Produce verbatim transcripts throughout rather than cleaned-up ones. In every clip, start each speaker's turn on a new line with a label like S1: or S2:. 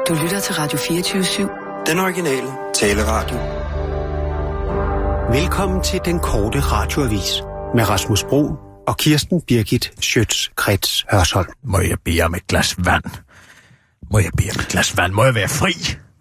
S1: Du lytter til Radio fireogtyve syv.
S2: Den originale taleradio.
S3: Velkommen til den korte radioavis med Rasmus Broen og Kirsten Birgit Schøtz-Krets Hørsholm.
S4: Må jeg bede om et glas vand? Må jeg bede om et glas vand? Må jeg være fri?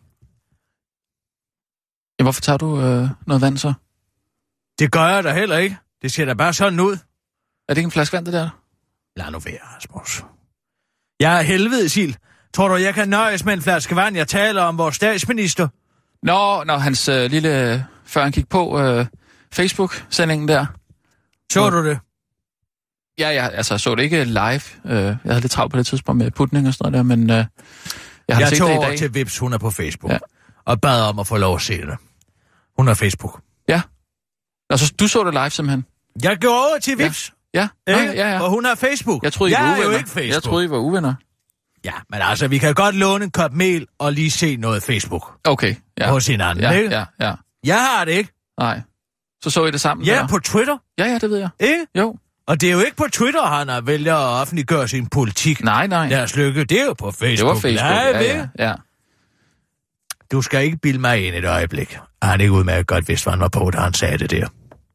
S5: Ja, hvorfor tager du øh, noget vand så?
S4: Det gør jeg da heller ikke. Det ser da bare sådan ud.
S5: Er det ikke en flaske vand, det der?
S4: Lad nu være, Rasmus. Jeg er helvede, Sil. Tror du, jeg kan nøjes med en flaske vand? Jeg taler om vores statsminister.
S5: Nå, når hans øh, lille... Før han gik på øh, Facebook-sendingen der.
S4: Så du det?
S5: Ja, ja, altså så det ikke live. Øh, jeg havde lidt travlt på det tidspunkt med putning og sådan noget der, men øh, jeg har
S4: jeg
S5: set
S4: tog
S5: det i
S4: over
S5: dag.
S4: til Vips, hun er på Facebook,
S5: ja.
S4: Og bad om at få lov at se det. Hun har Facebook.
S5: Ja. Altså, du så det live simpelthen?
S4: Jeg går over til Vips.
S5: Ja, ja, ja, ja, ja.
S4: Og hun har Facebook.
S5: Jeg troede, I
S4: jeg
S5: var uvenner.
S4: er jo ikke Facebook.
S5: Jeg troede, I var uvenner.
S4: Ja, men altså, vi kan godt låne en kop mel og lige se noget Facebook.
S5: Okay, ja.
S4: Hos hinanden,
S5: ja,
S4: ikke?
S5: Ja, ja.
S4: Jeg har det ikke.
S5: Nej. Så så I det sammen?
S4: Ja,
S5: der?
S4: på Twitter.
S5: Ja, ja, det ved jeg.
S4: Ikke?
S5: Jo.
S4: Og det er jo ikke på Twitter, han har vælger at offentliggøre sin politik.
S5: Nej, nej.
S4: Deres lykke, det er jo på Facebook.
S5: Det var Facebook,
S4: nej,
S5: ja, ja, ja.
S4: Du skal ikke bilde mig ind et øjeblik. Han er ikke udmærket godt vidst, hvad han var på, da han sagde det der.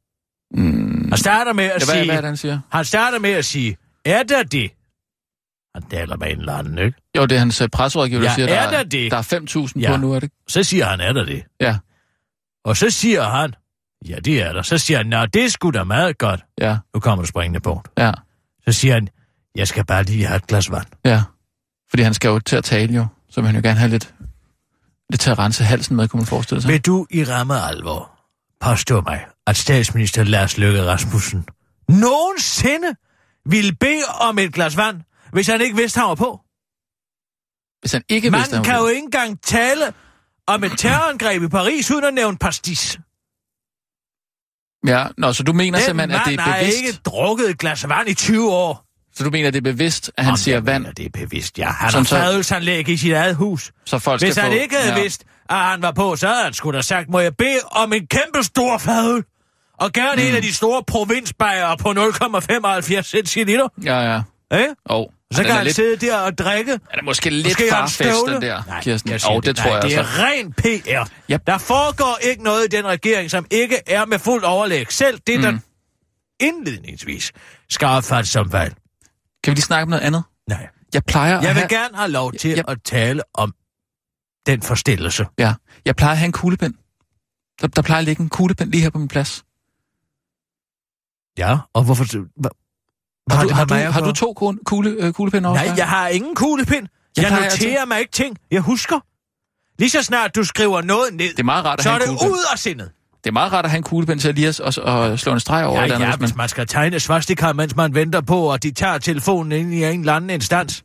S5: Mm.
S4: Han starter med at
S5: ja,
S4: sige...
S5: Hvad, hvad er det, han siger?
S4: Han starter med at sige, er der det? Han taler med en eller anden, ikke?
S5: Jo, det er hans presserådgiver, der
S4: ja,
S5: siger,
S4: er
S5: der,
S4: der,
S5: er,
S4: det?
S5: der er fem tusind
S4: ja.
S5: på nu, er det?
S4: Så siger han, er der det?
S5: Ja.
S4: Og så siger han, ja, det er der. Så siger han, nå, det er sgu da meget godt.
S5: Ja.
S4: Nu kommer du springende på.
S5: Ja.
S4: Så siger han, jeg skal bare lige have et glas vand.
S5: Ja. Fordi han skal jo til at tale jo, så vil han jo gerne have lidt, lidt til at rense halsen med, kunne man forestille sig.
S4: Vil du i ramme alvor påstå mig, at statsminister Lars Løkke Rasmussen nogensinde ville bede om et glas vand, hvis han ikke vidste, han var på?
S5: Hvis han ikke
S4: Man
S5: vidste, han
S4: kan
S5: var
S4: jo ikke engang tale om et terrorangreb i Paris, uden at nævne pastis.
S5: Ja, nå, så du mener
S4: Den
S5: simpelthen, at det er
S4: mand
S5: bevidst?
S4: har ikke drukket et glas vand i tyve år.
S5: Så du mener, det er bevidst, at han
S4: Om
S5: siger
S4: jeg
S5: vand?
S4: Mener, det er bevidst, ja. Han
S5: Som
S4: har
S5: så-
S4: fadelsanlæg i sit eget hus.
S5: Så folk
S4: Hvis
S5: skal
S4: han
S5: få,
S4: ikke havde
S5: ja.
S4: vidst, at han var på, så havde han sgu da sagt, må jeg bede om en kæmpe stor fadøl? Og gerne mm. en af de store provinsbajere på nul komma femoghalvfjerds centiliter.
S5: Ja, ja.
S4: Eh?
S5: Oh,
S4: Så kan han
S5: lidt,
S4: sidde der og drikke.
S5: er det måske lidt
S4: Måske han
S5: farfest,
S4: støvle?
S5: den der,
S4: Nej,
S5: Kirsten?
S4: jeg siger
S5: Oh, det, det tror
S4: nej,
S5: jeg
S4: det er
S5: altså.
S4: ren P R.
S5: Yep.
S4: Der foregår ikke noget i den regering, som ikke er med fuldt overlæg. Selv det, der mm. indledningsvis skal opfattes som valg.
S5: Kan vi lige snakke om noget andet?
S4: Nej.
S5: Jeg plejer
S4: Jeg
S5: at
S4: vil
S5: have...
S4: gerne have lov til
S5: jeg...
S4: at tale om den forstillelse.
S5: Ja, jeg plejer at have en kuglepen. Der, der plejer at ligge en kuglepen lige her på min plads.
S4: Ja, og hvorfor... Hva...
S5: Har, du,
S4: det
S5: har,
S4: med
S5: du,
S4: mig at
S5: har du
S4: gøre?
S5: to kugle, kugle, øh, kuglepinde over?
S4: Nej, jeg har ingen kuglepind. Jeg, jeg
S5: plejer
S4: noterer
S5: at-
S4: mig ikke ting. Jeg husker. Lige så snart du skriver noget ned,
S5: Det er meget rart at
S4: så
S5: have
S4: er
S5: en
S4: det
S5: kuglepen.
S4: ud af sindet.
S5: Det er meget rart at have en kuglepen til at lige at, at, at slå en streg over.
S4: Ja,
S5: eller
S4: ja,
S5: andet,
S4: hvis
S5: man...
S4: man skal tegne svastika, mens man venter på, at de tager telefonen ind i en eller anden instans.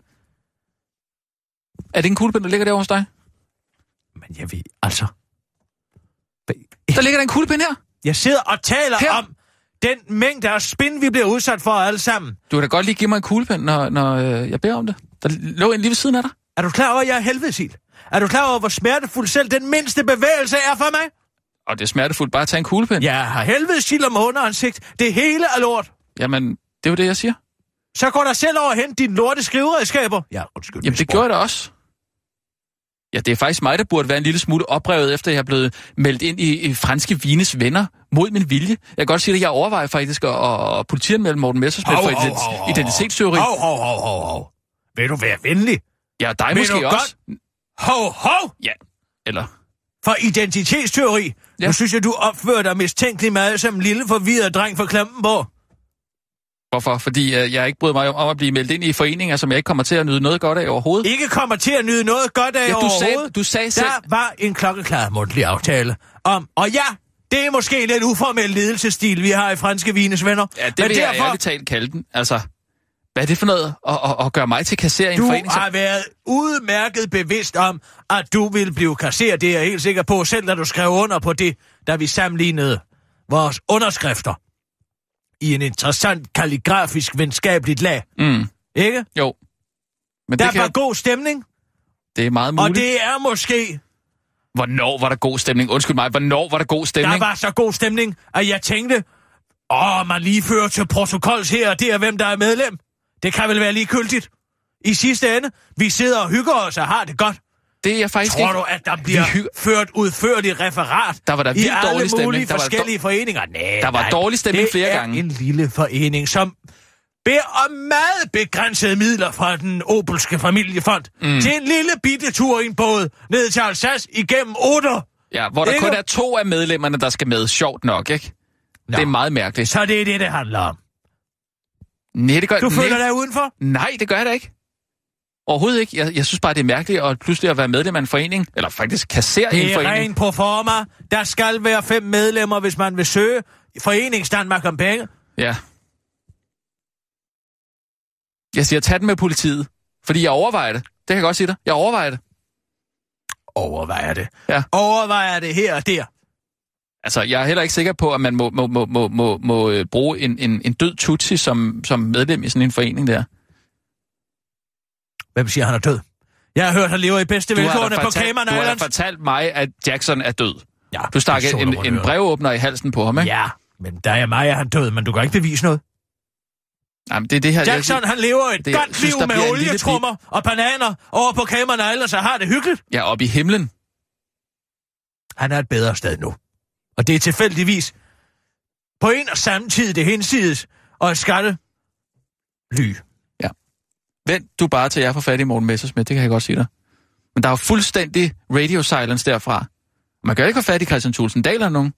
S5: Er det en kuglepen, der ligger der hos dig?
S4: Men jeg ved, altså...
S5: Der ligger der en kuglepen her.
S4: Jeg sidder og taler
S5: Her.
S4: om den mængde af spin, vi bliver udsat for alle sammen.
S5: Du kan da godt lige give mig en kuglepen, når, når øh, jeg beder om det. Der lå en lige ved siden af dig.
S4: Er du klar over, at jeg er helvedesil? Er du klar over, hvor smertefuld selv den mindste bevægelse er for mig?
S5: Og det er smertefuldt bare at tage en kuglepen.
S4: Jeg har helvedesil om underansigt. Det hele er lort.
S5: Jamen, det er jo det, jeg siger.
S4: Så går der selv over og hent dine lorte skriveredskaber. Ja, undskyld.
S5: Jamen, det gjorde jeg da også. Ja, det er faktisk mig, der burde være en lille smule oprevet, efter jeg er blevet meldt ind i, i franske Vines venner mod min vilje. Jeg kan godt sige, at jeg overvejer faktisk at, at politianmelde Morten Messerschmidt for ident- identitetsteori.
S4: Hov, hov, hov, hov, hov. Vil du være venlig?
S5: Ja, dig
S4: Vil
S5: måske
S4: du
S5: også.
S4: godt? Hov, hov!
S5: Ja, eller...
S4: For identitetsteori.
S5: Ja.
S4: Nu synes jeg, du opfører dig mistænkelig meget som en lille forvirret dreng fra Klampenborg.
S5: Hvorfor? Fordi øh, jeg ikke bryder mig om, om at blive meldt ind i foreninger, som jeg ikke kommer til at nyde noget godt af overhovedet.
S4: Ikke kommer til at nyde noget godt af
S5: Ja, du
S4: overhovedet.
S5: sagde, du sagde selv...
S4: Der var en klokkeklar mundtlig aftale om, og ja, det er måske en lidt uformel ledelsesstil, vi har i franske Vines venner.
S5: Ja, det
S4: Men
S5: vil jeg
S4: derfor,
S5: ærligt talt kalde den. Altså, hvad er det for noget at, at, at gøre mig til kasserer i en
S4: du
S5: forening?
S4: har været udmærket bevidst om, at du vil blive kasseret. Det er jeg helt sikker på, selv da du skrev under på det, da vi sammenlignede vores underskrifter i en interessant kalligrafisk venskabeligt lag.
S5: Mm.
S4: Ikke?
S5: Jo. Men
S4: Der
S5: det, kan
S4: var
S5: jeg...
S4: god stemning,
S5: det er meget muligt.
S4: og det er måske...
S5: Hvornår var der god stemning? Undskyld mig, hvornår var der god stemning?
S4: Der var så god stemning, at jeg tænkte, åh, man lige fører til protokols her, og det er hvem, der er medlem. Det kan vel være ligegyldigt. I sidste ende, vi sidder og hygger os og har det godt.
S5: det er jeg faktisk
S4: Tror
S5: ikke.
S4: du, at der bliver
S5: hy-
S4: ført udførligt referat
S5: der var der
S4: i
S5: vildt
S4: alle
S5: dårlig stemning.
S4: mulige
S5: Der var
S4: forskellige
S5: dår-
S4: foreninger? Nej,
S5: Der var
S4: nej.
S5: dårlig stemning flere
S4: Det
S5: gange.
S4: er en lille forening, som beder om meget begrænsede midler fra den Obelske familiefond mm. til en lille bitte tur i en båd ned til Alsace igennem Oder.
S5: Ja, hvor der
S4: Ikke?
S5: kun er to af medlemmerne, der skal med. Sjovt nok, ikke?
S4: Nå.
S5: Det er meget mærkeligt.
S4: Så det er det, det handler om.
S5: Nej, det gør
S4: Du føler
S5: nej.
S4: dig udenfor?
S5: Nej, det gør jeg da ikke. Overhovedet ikke. Jeg, jeg synes bare, det er mærkeligt at pludselig at være medlem af en forening, eller faktisk kasser i en
S4: Det er
S5: forening.
S4: ren proforma. Der skal være fem medlemmer, hvis man vil søge Foreningsdanmark om penge.
S5: Ja. Jeg siger, tag den med politiet. Fordi jeg overvejer det. Det kan jeg godt sige dig. Jeg overvejer det.
S4: Overvejer det.
S5: Ja.
S4: Overvejer det her og der.
S5: Altså, jeg er heller ikke sikker på, at man må, må, må, må, må, må øh, bruge en, en, en død tutsi som, som medlem i sådan en forening der.
S4: Hvem siger, han er død? Jeg har hørt, han lever i bedste
S5: Du har,
S4: velgående
S5: da
S4: på
S5: fortalt,
S4: Cayman
S5: du har da
S4: Islands.
S5: fortalt mig, at Jackson er død.
S4: Ja,
S5: Du stak
S4: det er
S5: en,
S4: solo,
S5: en brevåbner i halsen på ham, ikke?
S4: Ja, men der er mig, at han død, men du kan ikke bevise noget.
S5: Jamen, det er det her...
S4: Jackson,
S5: jeg,
S4: han lever et
S5: det,
S4: godt
S5: synes,
S4: liv
S5: der
S4: med
S5: bliver en lille
S4: olietrummer og bananer over på Cayman Islands, og har det hyggeligt.
S5: Ja, oppe i himlen.
S4: Han er et bedre sted nu. Og det er tilfældigvis på en og samme tid det hensides og et skatte ly.
S5: Vent du bare til jeg får fat i Morten Messerschmidt, det kan jeg godt sige dig. Men der er jo fuldstændig radio silence derfra. Man kan jo ikke have fat i Christian Thulesen Dahl eller nogen.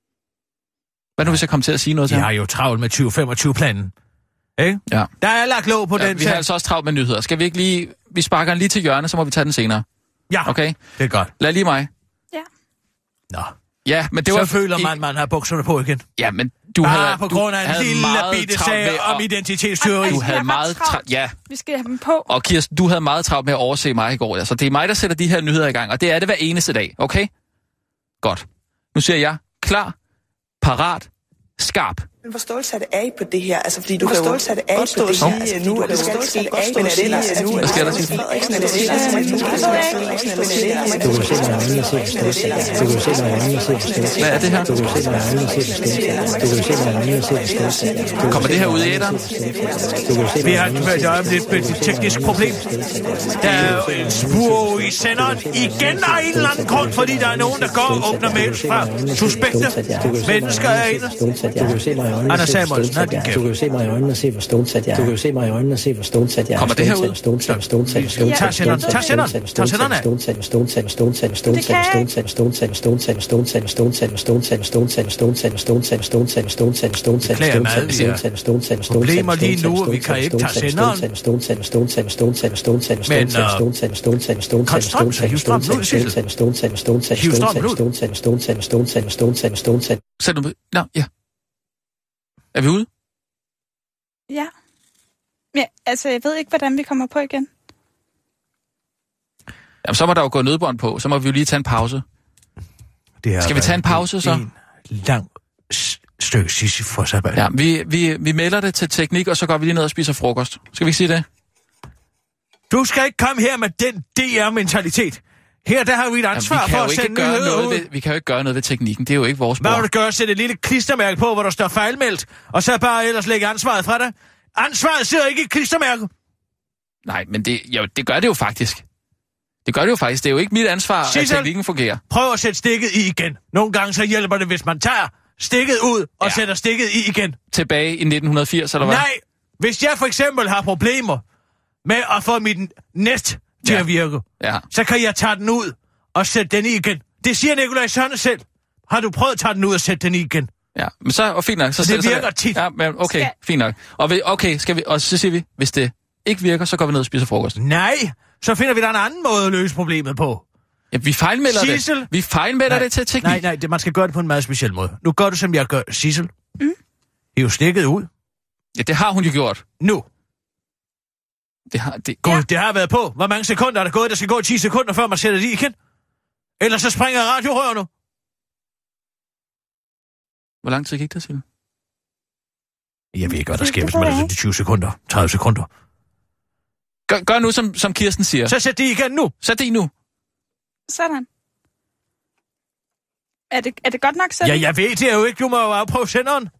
S5: Hvad nu, hvis jeg kommer til at sige noget til
S4: Jeg
S5: ham?
S4: har jo travlt med tyve femogtyve-planen. Ikke?
S5: Ja.
S4: Der er lagt låg på
S5: Ja,
S4: den
S5: vi har
S4: sag.
S5: altså også travlt med nyheder. Skal vi ikke lige... Vi sparker den lige til hjørne, så må vi tage den senere.
S4: Ja,
S5: Okay?
S4: det er godt.
S5: Lad lige mig.
S6: Ja.
S4: Nå,
S5: Ja, men det
S4: så
S5: var...
S4: føler
S5: i-
S4: man, at man har bukserne på igen.
S5: Ja, men du
S4: Bare
S5: havde...
S4: på
S5: du
S4: grund af en
S5: havde
S4: lille
S5: meget
S4: bitte
S5: travlt med
S4: sag om
S5: at-
S4: identitetstyveri.
S6: Ej,
S5: Du
S6: Vi
S5: havde
S6: har
S5: meget
S6: ret
S5: travlt...
S6: travlt.
S5: Ja,
S6: Vi skal have dem på.
S5: og Kirsten, du havde meget travlt med at overse mig i går. Altså, det er mig, der sætter de her nyheder i gang, og det er det hver eneste dag, okay? Godt. Nu siger jeg klar, parat, skarp.
S7: Men hvor stolt er det af på det her? Altså, fordi du
S8: Hvor
S7: kan jo
S8: stolt er det af
S7: godt stå
S8: på
S7: og
S8: det her?
S7: sige,
S8: Altså,
S7: at nu
S8: du
S7: er
S8: kan
S7: det
S8: jo
S7: skal
S8: godt
S7: ske
S8: sige,
S7: af, men er det ellers... er nu-
S5: Hvad sker der,
S7: Mette
S5: Signe?
S7: Frederiksen, er det ellers...
S8: Du kan se mig i øjnene og se, hvor stolt jeg er. Du kan se mig i øjnene og se, hvor stolt jeg er.
S5: Hvad er det her?
S8: Du kan se mig i øjnene og se, hvor stolt jeg er. Du kan se mig i øjnene og se, hvor stolt jeg er. Du kan
S5: Kommer
S8: se
S5: det her
S8: mig
S5: ud i
S8: øjnene
S5: æteren?
S8: og se, hvor stolt jeg er. Du kan se
S4: Vi
S8: mig i
S4: har
S8: øjnene og
S4: hørt
S8: se, hvor
S4: om lidt med et teknisk problem. Der er jo en spur i senderen igen af en eller anden grund, fordi der er nogen, der går og åbner mails fra suspekte mennesker herinde.
S8: Du kan se mig i øjnene og
S4: Anders
S8: se, hvor
S4: Samuelsen,
S8: stolt jeg er. Du kan jo se mig i øjnene og se, hvor stolt jeg er. Du kan jo se mig i øjnene og se, hvor stolt jeg er.
S5: Kommer det her ud?
S8: Stolt jeg er, stolt jeg er, stolt jeg er,
S4: Tag senderen, tag senderen, tag senderen af.
S8: stolt jeg er, stolt jeg er, stolt jeg er, stolt jeg er, stolt jeg er, stolt jeg er, stolt jeg er, stolt jeg er, stolt jeg er, stolt jeg er, stolt jeg er, stolt jeg er, stolt jeg er, stolt jeg er, stolt jeg er, stolt jeg er, stolt jeg er,
S4: Beklager meget, vi har
S8: stolt jeg er, stolt jeg er,
S4: problemer lige nu, og vi kan ikke tage senderen.
S8: stolt jeg er, stolt jeg er, stolt jeg er, stolt jeg er,
S4: Men,
S8: stolt jeg er, stolt jeg er, stolt jeg er, stolt jeg er,
S4: Konstrøm, så hiv strømmen ud, Sissel.
S8: stolt jeg er, stolt jeg er,
S4: Hiv strømmen ud.
S8: stolt jeg er, stolt jeg er, stolt jeg er, stolt jeg er, stolt jeg er.
S5: Sæt nu... Nå, ja. Er vi ude?
S6: Ja. Ja, altså, jeg ved ikke, hvordan vi kommer på igen.
S5: Jamen, så må der jo gå nødbånd på. Så må vi jo lige tage en pause.
S4: Det har
S5: Skal vi tage en pause, så?
S4: En lang s- stykke sissi for sig.
S5: Ja, vi, vi, vi melder det til teknik, og så går vi lige ned og spiser frokost. Skal vi ikke sige det?
S4: Du skal ikke komme her med den D R-mentalitet. Her, der har vi et ansvar
S5: Jamen, vi,
S4: for
S5: kan
S4: at
S5: jo ikke
S4: sende
S5: gøre
S4: nyheder
S5: noget
S4: ud.
S5: ved, vi kan jo ikke gøre noget ved teknikken. Det er jo ikke vores
S4: Hvad vil
S5: bord.
S4: du gøre? Sætte et lille klistermærke på, hvor der står fejlmeldt, og så bare ellers lægge ansvaret fra dig? Ansvaret sidder ikke i et klistermærke.
S5: Nej, men det, jo, det gør det jo faktisk. Det gør det jo faktisk. Det er jo ikke mit ansvar,
S4: Sissel,
S5: at teknikken fungerer.
S4: Prøv at sætte stikket i igen. Nogle gange så hjælper det, hvis man tager stikket ud og
S5: Ja.
S4: sætter stikket i igen.
S5: Tilbage i nitten firs, eller hvad?
S4: Nej, hvis jeg for eksempel har problemer med at få mit net til
S5: Ja.
S4: at virke,
S5: Ja.
S4: så kan jeg tage den ud og sætte den i igen. Det siger Nikolaj Sønne selv. Har du prøvet at tage den ud og sætte den i igen?
S5: Ja, men så, og fint nok. Så,
S4: Det
S5: så,
S4: virker
S5: så,
S4: tit.
S5: Ja, men okay,
S6: Skal-
S5: fint nok. Og, vi, okay, skal vi, og så siger vi, hvis det ikke virker, så går vi ned og spiser frokost.
S4: Nej, så finder vi da en anden måde at løse problemet på.
S5: Ja, vi fejlmelder
S4: Sissel?
S5: det. Vi fejlmelder
S4: Nej,
S5: det til teknik.
S4: Nej, nej, det, man skal gøre det på en meget speciel måde. Nu gør du, som jeg gør. Sissel, mm. hiv stikket ud.
S5: Ja, det har hun jo gjort.
S4: Nu.
S5: Det har, det,
S4: Gud, ja. Det har været på. Hvor mange sekunder er der gået? Der skal gå ti sekunder, før man sætter det i igen. Ellers så springer radiorørene.
S5: Hvor lang tid gik det, Sille?
S4: Jeg ved ikke, hvad der sker, hvis man er tyve sekunder, tredive sekunder.
S5: Gør, gør nu, som, som Kirsten siger.
S4: Så sæt det igen nu.
S5: Sæt det i nu.
S6: Sådan. Er det, er det godt nok sådan?
S4: Ja, jeg ved det jo ikke. Du må jo afprøve senderen.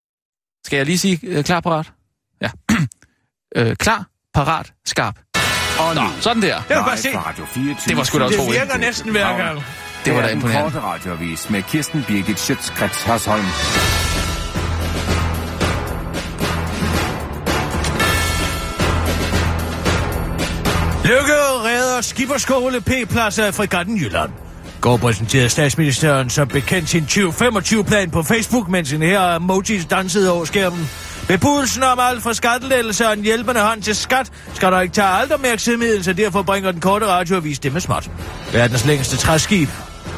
S5: Skal jeg lige sige øh, klar, parat? Ja. øh, klar, parat, skarp. Nå, sådan der.
S4: Det var bare se.
S5: Det var sgu da
S4: Det
S5: utroligt.
S4: virker næsten hver gang.
S5: Det var da
S9: den
S5: imponerende.
S9: korte radioavis med Kirsten Birgit Schøtz-Krets Hørsholm.
S4: Lykke redder Skipperskole P-pladser i Fregatten Jylland. Går præsenterede statsministeren som bekendt sin tyve femogtyve-plan på Facebook, mens en her emojis dansede over skærmen. Bebudelsen om alt fra skattelettelse og en hjælpende hånd til skat skal der ikke tage alt opmærksomheden, så derfor bringer den korte radioavis det med småt. Verdens længste træskib,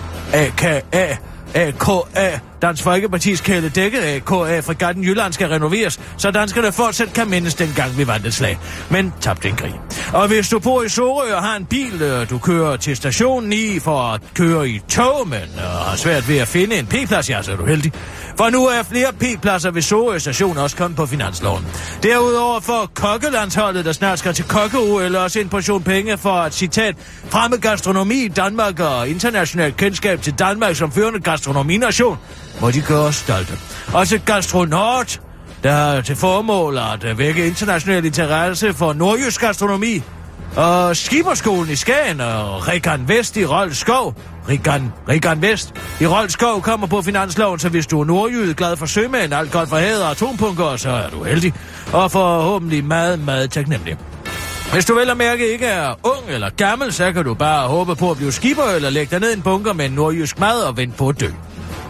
S4: A K A A K A, Dansk Folkepartis kæle dækket A K A Fregatten Jylland skal renoveres, så danskerne fortsat kan mindes dengang vi vandt et slag, men tabte en krig. Og hvis du bor i Sorø og har en bil, du kører til stationen i for at køre i tog, men har svært ved at finde en P-plads, ja, så er du heldig. For nu er flere P-pladser ved Sorø station også kommet på finansloven. Derudover for kokkelandsholdet, der snart skal til kokke-U, eller også en portion penge for at, citat, fremme gastronomi i Danmark og internationalt kendskab til Danmark som førende gastronomination, må de gøre os stolte. Også Gastronord, der har til formål at vække international interesse for nordjysk gastronomi, og Skipperskolen i Skagen og Regan Vest i Rold Skov. Regan, Regan Vest i Rold Skov kommer på finansloven, så hvis du er nordjyde, glad for sømænd, alt godt for havet og atombunker, så er du heldig. Og forhåbentlig meget, meget taknemmelig. Hvis du vel at mærke ikke er ung eller gammel, så kan du bare håbe på at blive skipper eller lægge dig ned i en bunker med en nordjysk mad og vente på at dø.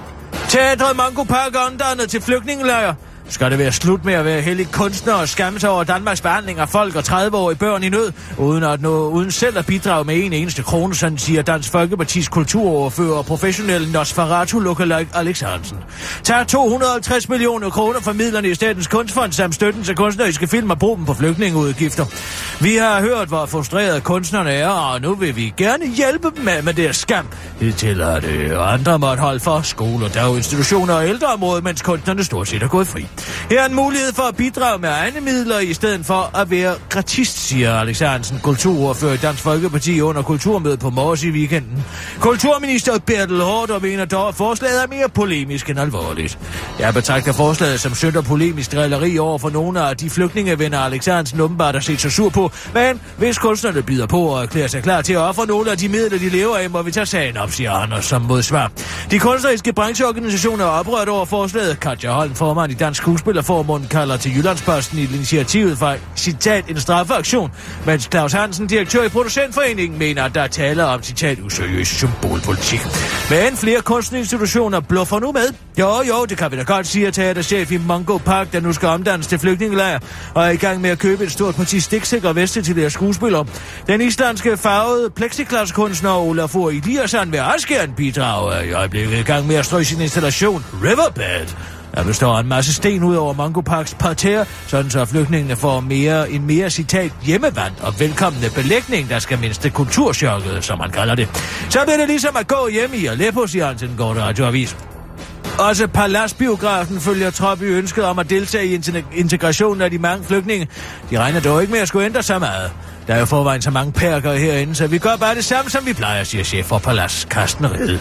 S4: Teatret Mango Park er omdannet til flygtningelejr. Skal det være slut med at være heldig kunstner og skamme sig over Danmarks behandling af folk og tredive-årige børn i nød, uden, at nå, uden selv at bidrage med en eneste krone, sådan siger Dansk Folkepartis kulturoverfører og professionelle Nosferatu lookalike Alex Hansen. Tag to hundrede og halvtreds millioner kroner fra midlerne i Statens Kunstfond samt støtten til kunstneriske film og brug dem på flygtningeudgifter. Vi har hørt, hvor frustrerede kunstnerne er, og nu vil vi gerne hjælpe dem med, med deres skam. Det til at øh, andre måtte holde for skoler, daginstitutioner og ældreområdet, mens kunstnerne stort set er gået fri. Her er en mulighed for at bidrage med egne midler i stedet for at være gratist, siger Alex Hansen, kulturordfører i Dansk Folkeparti under kulturmødet på Mors i weekenden. Kulturminister Bertel Haarder mener dog, at forslaget er mere polemisk end alvorligt. Jeg betragter forslaget som sønder polemisk drilleri over for nogle af de flygtningevenner, Alex Hansen åbenbart har set sig sur på, men hvis kunstnerne bider på og erklærer sig klar til at ofre nogle af de midler, de lever af, må vi tage sagen op, siger Anders som modsvar. De kunstneriske brancheorganisationer er oprørt over forslaget. Katja Holm, formand i Dansk Skuespillerforbund, kalder til Jyllandsposten i initiativet for, citat, en straffeaktion, mens Claus Hansen, direktør i Producentforeningen, mener, at der er tale om, citat, useriøs symbolpolitik. Men flere kunstinstitutioner bluffer nu med. Jo, jo, det kan vi da godt, siger teaterchef i Mango Park, der nu skal omdannes til flygtningelejr, og er i gang med at købe et stort parti stiksikre veste til deres skuespillere. Den islandske farvede plexiglaskunstner Olaf Ur Eliasson vil også gerne bidrage, og i øjeblikket i gang med at strøge sin installation Riverbed. Der består en masse sten ud over Mango Parks parterre, sådan så flygtningene får mere, en mere, citat, hjemmevand og velkommende belægning, der skal mindste kulturchokket, som man kalder det. Så bliver det ligesom at gå hjem i Aleppo, siger han til den korte radioavis. Også Paladsbiografen følger trop i ønsket om at deltage i integrationen af de mange flygtninge. De regner dog ikke med at skulle ændre så meget. Der er jo forvejen så mange perker herinde, så vi gør bare det samme, som vi plejer, siger chef for Palads Carsten Rede.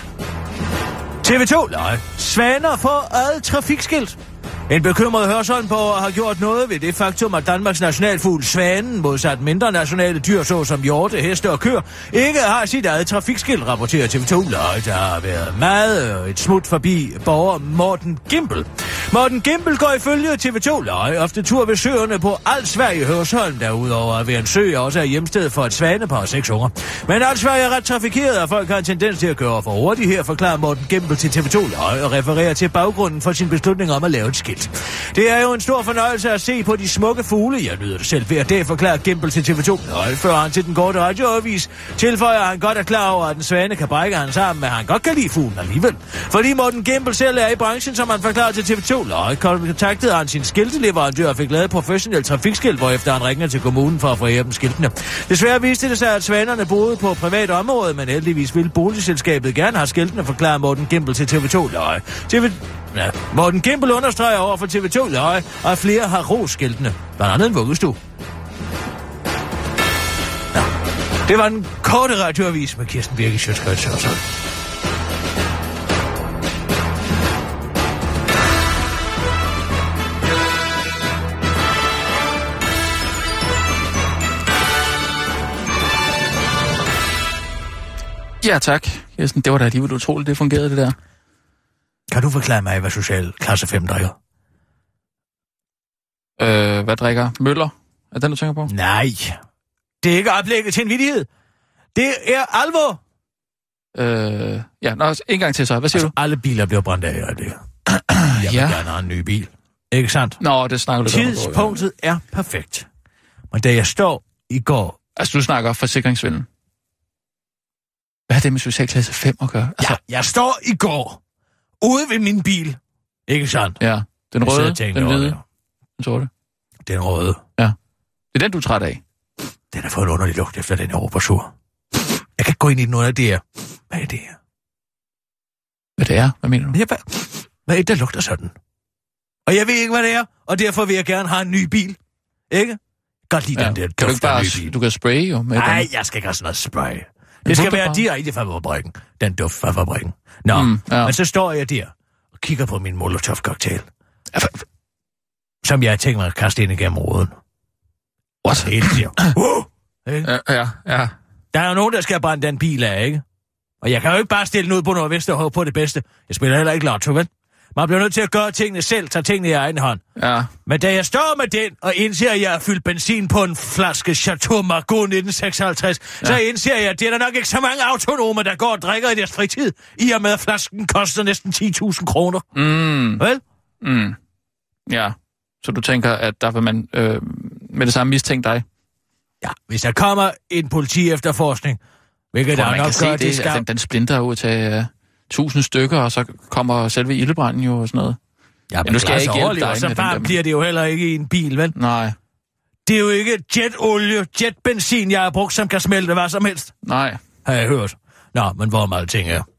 S4: T V to løg. Svaner får eget trafikskilt. En bekymret Hørsholmborger har gjort noget ved det faktum, at Danmarks nationalfugl Svanen, modsat mindre nationale dyr, såsom hjorte, heste og køer, ikke har sit eget trafikskilt, rapporterer T V to løg. Der har været meget et smut forbi borger Morten Gimbel. Morten Gimbel går ifølge T V to løg ofte tur ved søerne på Alsværge Hørsholm, der udover at være en sø også er hjemsted for et svanepar og seks unger. Men Alsværge er ret trafikeret, og folk har en tendens til at køre for hurtigt her, forklarer Morten Gimbel til T V to løg og refererer til baggrunden for sin beslutning om at lave et skilt. Det er jo en stor fornøjelse at se på de smukke fugle. Jeg nyder det selv hver dag, forklarer Gimbel til T V to. Nøj, før han til den korte radioavis tilføjer, han godt er klar over, at en svane kan brække hans arm, men han godt kan lide fuglen alligevel. Fordi Morten Gimbel selv er i branchen, som han forklarer til T V to. Nøj, kontaktede han sin skilteleverandør og fik lavet professionelt trafikskilt, hvorefter han ringede til kommunen for at få hjælp skiltene. Desværre viste det sig, at svanerne boede på privat område, men heldigvis ville boligselskabet gerne have skiltene, forklarer Morten Gimbel til T V to. Nøj, T V Ja, Morten Gimbel understreger over for T V to løg, og flere har roskiltene. Blandt andet en vuggestue. Ja, det var den korte radioavis med Kirsten Birgit Schøtz-Krets Hørsholm.
S5: Ja, tak. Kirsten, det var da alligevel utroligt, det fungerede, det der.
S4: Kan du forklare mig, hvad social klasse fem drikker?
S5: Øh, hvad drikker? Møller? Er den, du tænker på?
S4: Nej, det er ikke oplægget til en vittighed. Det er alvor.
S5: Øh, ja, nå, en gang til så. Hvad siger
S4: altså,
S5: du?
S4: Alle biler bliver brændt af i øjeblikket. Jeg vil
S5: ja.
S4: gerne have en ny bil. Ikke sandt?
S5: Nå, det snakker du om.
S4: Tidspunktet er perfekt. Men da jeg står i går...
S5: Altså, du snakker forsikringsvindel. Hvad har det med socialklasse fem at gøre? Altså...
S4: Ja, jeg står i går ude ved min bil. Ikke sandt?
S5: Ja, den
S4: jeg
S5: røde,
S4: tænker,
S5: den hvide, den sorte.
S4: Den røde.
S5: Ja. Det er den, du er træt af.
S4: Den har fået en underlig lugt efter den her operation. Jeg kan ikke gå ind i den under det her. Hvad er det her?
S5: Hvad det er? Hvad mener du?
S4: Ja, hvad, hvad er det, der lugter sådan? Og jeg ved ikke, hvad det er, og derfor vil jeg gerne have en ny bil. Ikke? Godt lide ja. den der
S5: kan du ikke bare,
S4: bil.
S5: Du kan spraye jo med
S4: Nej,
S5: den.
S4: jeg skal ikke have sådan noget spray. Det skal være direkte fra fabrikken. Den duft fra fabrikken. Nå, mm, ja. Men så står jeg der og kigger på min Molotov-cocktail. Som jeg har tænkt mig at kaste ind igennem roden.
S5: What?
S4: Helt siger. Uh!
S5: Ja, ja, ja.
S4: Der er jo nogen, der skal brænde den bil af, ikke? Og jeg kan jo ikke bare stille den ud på Nordvest og håbe på det bedste. Jeg spiller heller ikke lotto, vel? Man bliver nødt til at gøre tingene selv, tage tingene i egen hånd.
S5: Ja.
S4: Men da jeg står med den, og indser, at jeg har fyldt benzin på en flaske Chateau Margaux nitten seksoghalvtreds, ja. så indser jeg, at det er der nok ikke så mange autonomer, der går og drikker i deres fritid, i og med, at flasken koster næsten ti tusind kroner.
S5: Mm.
S4: Vel?
S5: Mm. Ja. Så du tænker, at der vil man øh, med det samme mistænke dig?
S4: Ja, hvis der kommer en politi-efterforskning, hvilket der nok gør, det, det skal...
S5: Den, den splinter ud til uh, tusind stykker, og så kommer selve ildebranden jo og sådan noget.
S4: Ja, men ja, nu skal jeg ikke hjælpe dig. Så varmt bliver det jo heller ikke i en bil, vel?
S5: Nej.
S4: Det er jo ikke jetolie, jetbenzin, jeg har brugt, som kan smelte hvad som helst.
S5: Nej.
S4: Har jeg hørt. Nå, men hvor meget ting er.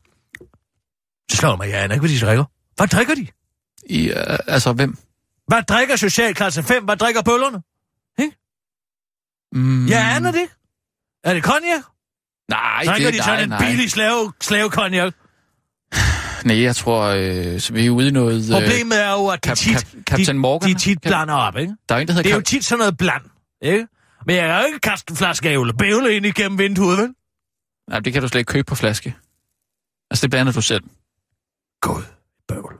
S4: Så slår mig, jeg aner ikke, hvad de drikker. Hvad drikker de?
S5: I, uh, altså, hvem?
S4: Hvad drikker socialklasse fem? Hvad drikker bøllerne? Ikke?
S5: Mm.
S4: Jeg aner det. Er det cognac?
S5: Nej,
S4: drikker
S5: det
S4: de sådan
S5: nej,
S4: en billig slave, slave cognac?
S5: Nej, jeg tror, øh, så vi er ude i noget...
S4: Øh, Problemet er jo, at de tit,
S5: Kap, de,
S4: Morgan, de tit blander op, ikke?
S5: Der er en, der hedder
S4: det er
S5: Kap...
S4: jo tit sådan noget bland, ikke? Men jeg kan jo ikke kaste en flaske ævle bævle ind igennem vinduet, vel?
S5: Nej, det kan du slet ikke købe på flaske. Altså, det blander du selv.
S4: God bøvl.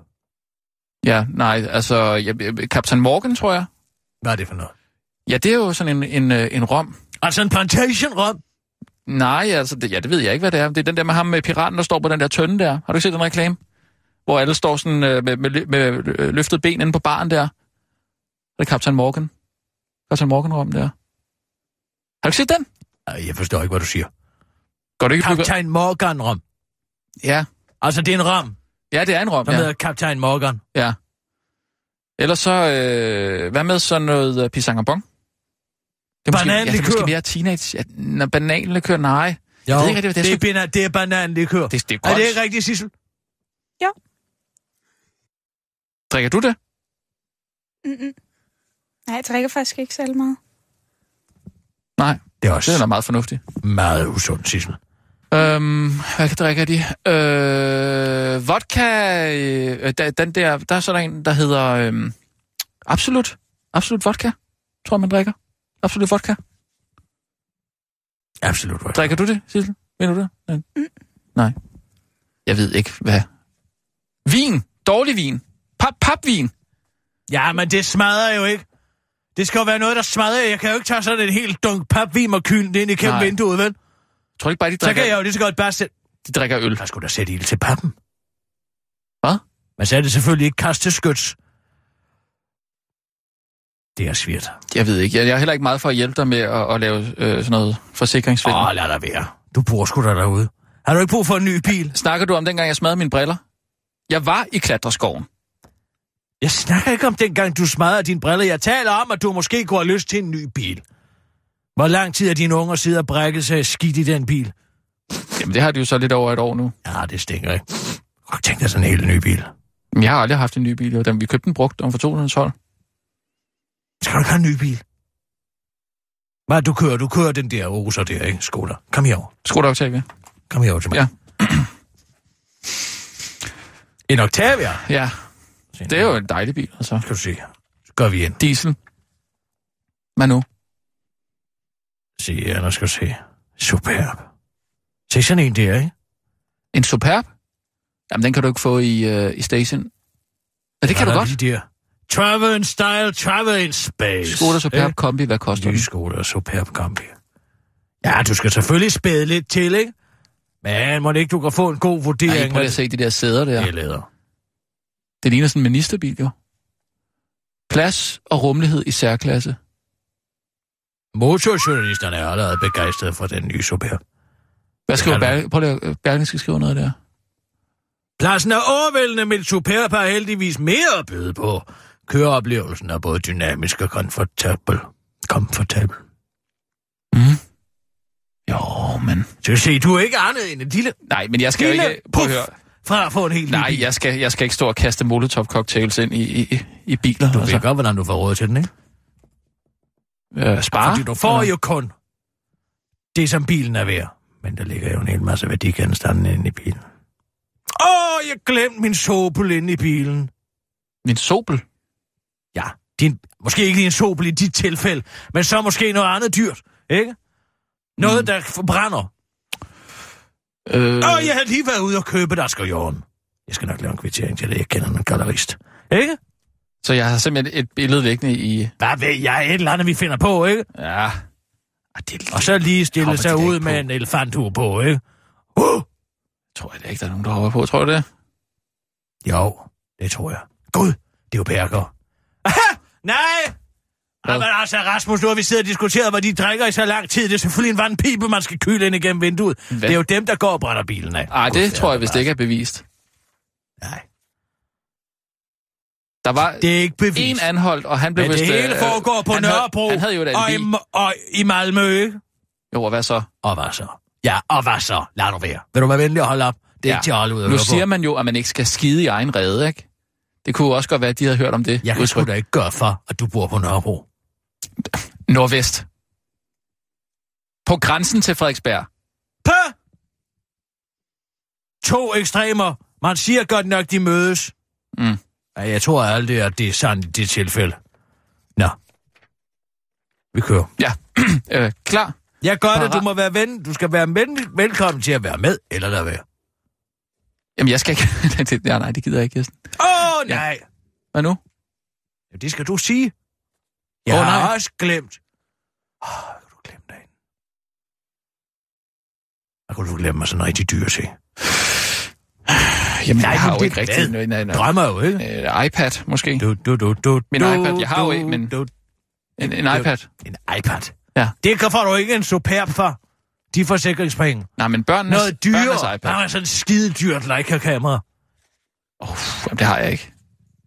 S5: Ja, nej, altså, jeg, Captain Morgan, tror jeg.
S4: Hvad er det for noget?
S5: Ja, det er jo sådan en, en, en rom.
S4: Altså en plantation-rom?
S5: Nej, altså, det, ja, det ved jeg ikke, hvad det er. Det er den der med ham med piraten, der står på den der tønde der. Har du ikke set den reklame? Hvor alle står sådan øh, med, med, med løftet ben inde på baren der. Det er Captain Morgan. Captain Morgan-rom der. Har du ikke set den?
S4: Nej, jeg forstår ikke, hvad du siger.
S5: Går du ikke
S4: Captain bygge... Morgan-rom?
S5: Ja.
S4: Altså, det er en rom?
S5: Ja, det er en rom,
S4: der
S5: ja.
S4: Der hedder Captain Morgan?
S5: Ja. Ellers så, øh, hvad med sådan noget uh, pisangabong? Det er, måske, ja, det er måske mere teenage... Ja, bananlikør, nej.
S4: Jo,
S5: jeg ved ikke, det, det,
S4: det, er, det er bananlikør.
S5: Det, det er,
S4: er det ikke rigtigt, Sissel?
S6: Jo.
S5: Drikker du det?
S6: Mm-mm. Nej, jeg drikker faktisk ikke særlig meget.
S5: Nej,
S4: det er også
S5: det er meget fornuftigt.
S4: Meget usundt, Sissel.
S5: Øhm, hvad drikker de? Øh, vodka... Øh, den der, der er sådan en, der hedder... Øh, Absolut. Absolut vodka, tror jeg, man drikker. Absolut vodka.
S4: Absolut vodka.
S5: Drikker du det, Sissel? Ved du det? Nej. Mm. Nej. Jeg ved ikke, hvad... Vin. Dårlig vin. Pap, papvin.
S4: Ja, men det smadrer jo ikke. Det skal jo være noget, der smadrer. Jeg kan jo ikke tage sådan en helt dunk papvin og kylde det ind igennem vinduet, vel?
S5: Jeg tror ikke bare, de drikker...
S4: Så kan jeg jo lige så godt bare sætte...
S5: De drikker øl.
S4: Der skulle da sætte ild til pappen.
S5: Hvad?
S4: Men så er det selvfølgelig ikke kasteskyts. Det er svært.
S5: Jeg ved ikke. Jeg er heller ikke meget for at hjælpe dig med at, at lave øh, sådan noget forsikringsvindel.
S4: Åh, lad dig være. Du bor sgu da derude. Har du ikke brug for en ny bil?
S5: Snakker du om dengang, jeg smadrede mine briller? Jeg var i klatreskoven.
S4: Jeg snakker ikke om dengang, du smadrede dine briller. Jeg taler om, at du måske kunne have lyst til en ny bil. Hvor lang tid er dine unger sidder og brækket sig skidt i den bil?
S5: Jamen, det har de jo så lidt over et år nu.
S4: Ja, det stinker ikke. Tænk dig sådan en helt ny bil.
S5: Men jeg har aldrig haft en ny bil, og vi købte den brugt om for to tusind og tolv.
S4: Skal du ikke have en ny bil? Hvad du kører? Du kører den der Oser der, ikke? Skoda. Kom herover.
S5: Skoda Octavia.
S4: Kom herover til mig.
S5: Ja.
S4: En Octavia?
S5: Ja. Det er jo en dejlig bil, altså.
S4: Skal du se. Så går vi ind.
S5: Diesel. Hvad nu?
S4: Se, ja, nu skal du se. Superb. Se sådan en der, ikke?
S5: En Superb? Jamen, den kan du ikke få i, uh, i Station. Ja, det kan du godt.
S4: Der. Travel in style, travel in space.
S5: Skoda Superb kombi, hvad koster den?
S4: Ny Skoda Superb kombi. Ja, du skal selvfølgelig spæde lidt til, ikke? Men må det ikke, du kan få en god vurdering?
S5: Nej, prøv at se de der sæder der.
S4: Det er læder.
S5: Det ligner sådan en ministerbil, jo. Plads og rummelighed i særklasse.
S4: Motorjournalisterne er allerede begejstrede for den nye Superb.
S5: Hvad skriver Berlingske? Prøv lige at Berlingske skrive noget der.
S4: Pladsen er overvældende, men Superb har heldigvis mere at byde på. Køreoplevelsen er både dynamisk og komfortabel. Komfortabel.
S5: Mm. Jo, men...
S4: Så jeg se, du er ikke andet end en lille...
S5: Nej, men jeg skal jo ikke... Prøv at høre.
S4: Fra at få en helt
S5: Nej, jeg skal, jeg skal ikke stå og kaste Molotov-cocktails ind i, i, i biler.
S4: Du
S5: altså.
S4: ved godt, hvordan du får råd til den, ikke?
S5: Øh, spare?
S4: Fordi du får eller? Jo kun det, som bilen er værd. Men der ligger jo en hel masse værdigenstande inde i bilen. Åh, oh, jeg glemte min Sobel inde i bilen.
S5: Min Sobel?
S4: Ja, din, måske ikke en Sobel i dit tilfælde, men så måske noget andet dyrt, ikke? Noget, mm. der forbrænder. Åh, øh... oh, jeg har lige været ude og købe der skal jorden. Jeg skal nok lave en kvittering til det, jeg kender en gallerist. Ikke?
S5: Så jeg har simpelthen et billede liggende i...
S4: Hvad ved jeg? Et eller andet, vi finder på, ikke?
S5: Ja.
S4: Det... Og så lige stille sig ud med en elefanthue på, ikke? Uh!
S5: Tror jeg det ikke, der er nogen, der hopper på. Tror du det?
S4: Jo, det tror jeg. Gud, det er jo Berger. Aha! Nej! Jamen altså, Rasmus, nu har vi siddet og diskuteret, hvad de drikker i så lang tid. Det er selvfølgelig en vandpibe, man skal kyle ind igennem vinduet. Hvad? Det er jo dem, der går og brænder bilen af.
S5: Ej, det tror jeg, hvis det ikke er bevist.
S4: Nej.
S5: Der var
S4: det er ikke bevist.
S5: En anholdt, og han blev
S4: men
S5: vist...
S4: det hele foregår på
S5: han
S4: Nørrebro.
S5: Havde, han havde jo et
S4: og, i, og i Malmø, ikke?
S5: Jo, og hvad så?
S4: Og hvad så? Ja, og hvad så? Lad nu være. Vil du være venlig at holde op? Det er ja. Ikke til at holde ud at
S5: Nu siger på. Man jo, at man ikke skal skide i egen rede, ikke? Det kunne også godt være, at de havde hørt om det.
S4: Jeg kan sgu da ikke gøre for, at du bor på Nørrebro.
S5: Nordvest. På grænsen til Frederiksberg.
S4: Pøh! To ekstremer. Man siger godt nok, de mødes.
S5: Mm.
S4: Ja, jeg tror aldrig, at det er sandt i det tilfælde. Nå. Vi kører.
S5: Ja. øh, klar.
S4: Jeg gør det, du må være ven. Du skal være ven, velkommen til at være med, eller lade være.
S5: Jamen, jeg skal ikke... ja, nej, det gider jeg ikke, Kirsten.
S4: Åh, oh, nej.
S5: Ja. Hvad nu?
S4: Ja, det skal du sige. Jeg oh, har nej. også glemt. Åh, oh, kan du glemme dig? Hvad kunne du glemme mig sådan rigtig dyr se?
S5: Jamen, nej, jeg har jo ikke rigtig noget. Nej, nej.
S4: Drømmer jo, ikke?
S5: Uh, iPad, måske.
S4: Du, du, du, du,
S5: Min
S4: du,
S5: iPad. Jeg har jo ikke, men...
S4: Du,
S5: en, en iPad.
S4: En iPad?
S5: Ja.
S4: Det kan få du ikke en Superb for. De forsikringspenge.
S5: Nej, men børnenes,
S4: noget dyre.
S5: børnenes iPad.
S4: Der er sådan et skide dyrt Leica-kamera.
S5: Åh, oh, det har jeg ikke.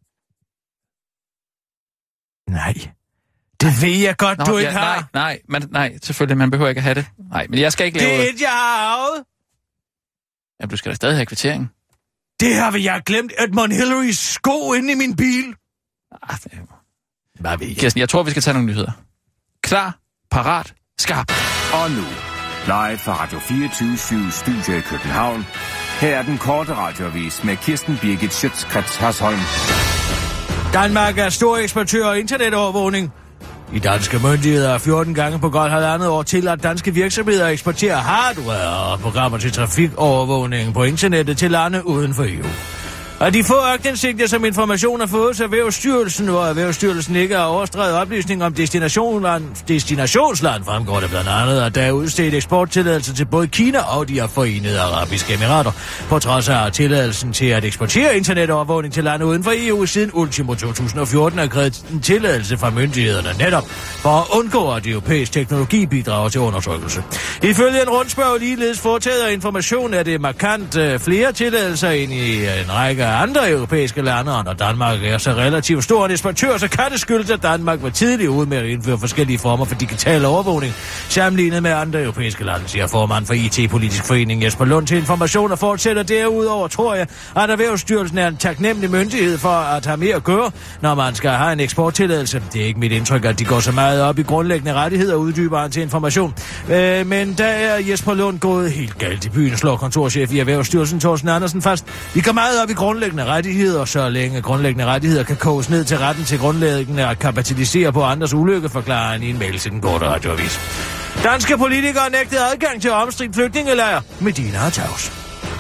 S4: Nej. Det ved jeg godt, Nå, du ikke
S5: ja,
S4: har.
S5: Nej, nej, man, nej, selvfølgelig, man behøver ikke at have det. Nej, men jeg skal ikke lave...
S4: Det er et, jeg har arvet.
S5: Jamen, du skal da stadig have kvittering.
S4: Det har vi jeg glemt. Edmund Hillarys sko inde i min bil.
S5: Ah, det...
S4: Hvad ved jeg?
S5: Kirsten, jeg tror, vi skal tage nogle nyheder. Klar, parat, skarp.
S9: Og nu, live fra Radio fireogtyve syv Studio i København. Her er den korte radioavis med Kirsten Birgit Schøtz-Krets Hørsholm.
S4: Danmark er stor eksportør af internetovervågning. De danske myndigheder er fjorten gange på godt halvandet år til, at danske virksomheder eksporterer hardware og programmer til trafikovervågning på internettet til lande uden for E U. Og de få aktindsigter, som information er fået af Erhvervsstyrelsen, hvor Erhvervsstyrelsen ikke har overstreget oplysning om destinationsland, destinationsland, fremgår det blandt andet, at der er udstedt eksporttilladelse til både Kina og de forenede arabiske emirater, på trods af tilladelsen til at eksportere internetovervågning til lande uden for E U siden ultimo to tusind og fjorten er krævet en tilladelse fra myndighederne netop for at undgå, at europæisk teknologi bidrager til undertrykkelse. Ifølge en rundspørg ligeledes foretaget af information er det markant øh, flere tilladelser ind i en række andre europæiske lande, og når Danmark er så relativt stor en eksportør, så kan det skyldes, at Danmark var tidligt ude med at indføre forskellige former for digital overvågning, sammenlignet med andre europæiske lande, siger formand for I T-politisk forening Jesper Lund til Information og fortsætter derudover, tror jeg, at Erhvervsstyrelsen er en taknemmelig myndighed for at have mere at gøre, når man skal have en eksporttilladelse. Det er ikke mit indtryk, at de går så meget op i grundlæggende rettigheder, uddyber han til Information. Øh, men der er Jesper Lund gået helt galt i byen, slår kontorchef i Erhvervsstyrelsen Thorsten Andersen fast. Vi går meget op i grundlæggende rettigheder, så længe grundlæggende rettigheder kan koges ned til retten til grundlæggende at kapitalisere på andres ulykke, forklarer han i en mail til den korte radioavis. Danske politikere nægtede adgang til omstridt flygtningelejr med Dina og Tavs.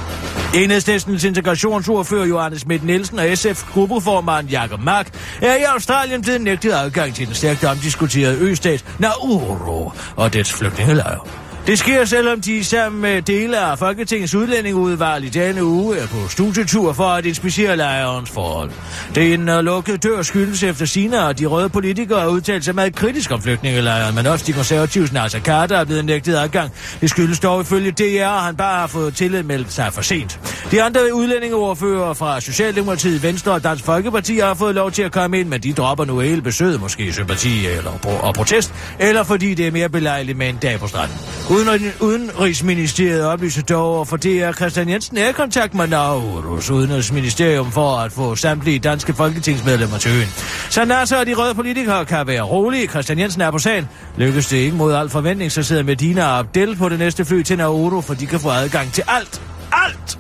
S4: Enhedslistens integrationsordfører Johannes Schmidt Nielsen og S F-gruppeformand Jacob Mark er i Australien blevet nægtet adgang til den stærkt omdiskuterede østat Nauru og dets flygtningelejr. Det sker, selvom de sammen med dele af Folketingets udlændingeudvalg i denne uge er på studietur for at inspicere lejrens forhold. Det er en lukket dør skyldes efter sine, og de røde politikere har udtalt sig meget kritisk om flygtningelejren, men også de konservatives Nasser Carter er blevet nægtet adgang. Det skyldes dog ifølge D R, at han bare har fået tilmeldt sig for sent. De andre udlændingeordfører fra Socialdemokratiet, Venstre og Dansk Folkeparti har fået lov til at komme ind, men de dropper nu hele besøget, måske i sympati eller pro- og protest, eller fordi det er mere belejligt med en dag på stranden. Uden, Udenrigsministeriet oplyser dog over for D R, Christian Jensen er i kontakt med Naurus Udenrigsministerium for at få samtlige danske folketingsmedlemmer til øen. Så Nasser og de røde politikere kan være rolige. Christian Jensen er på sagen. Lykkes det ikke mod al forventning, så sidder Medina og Abdel på det næste fly til Nauru, for de kan få adgang til alt. Alt!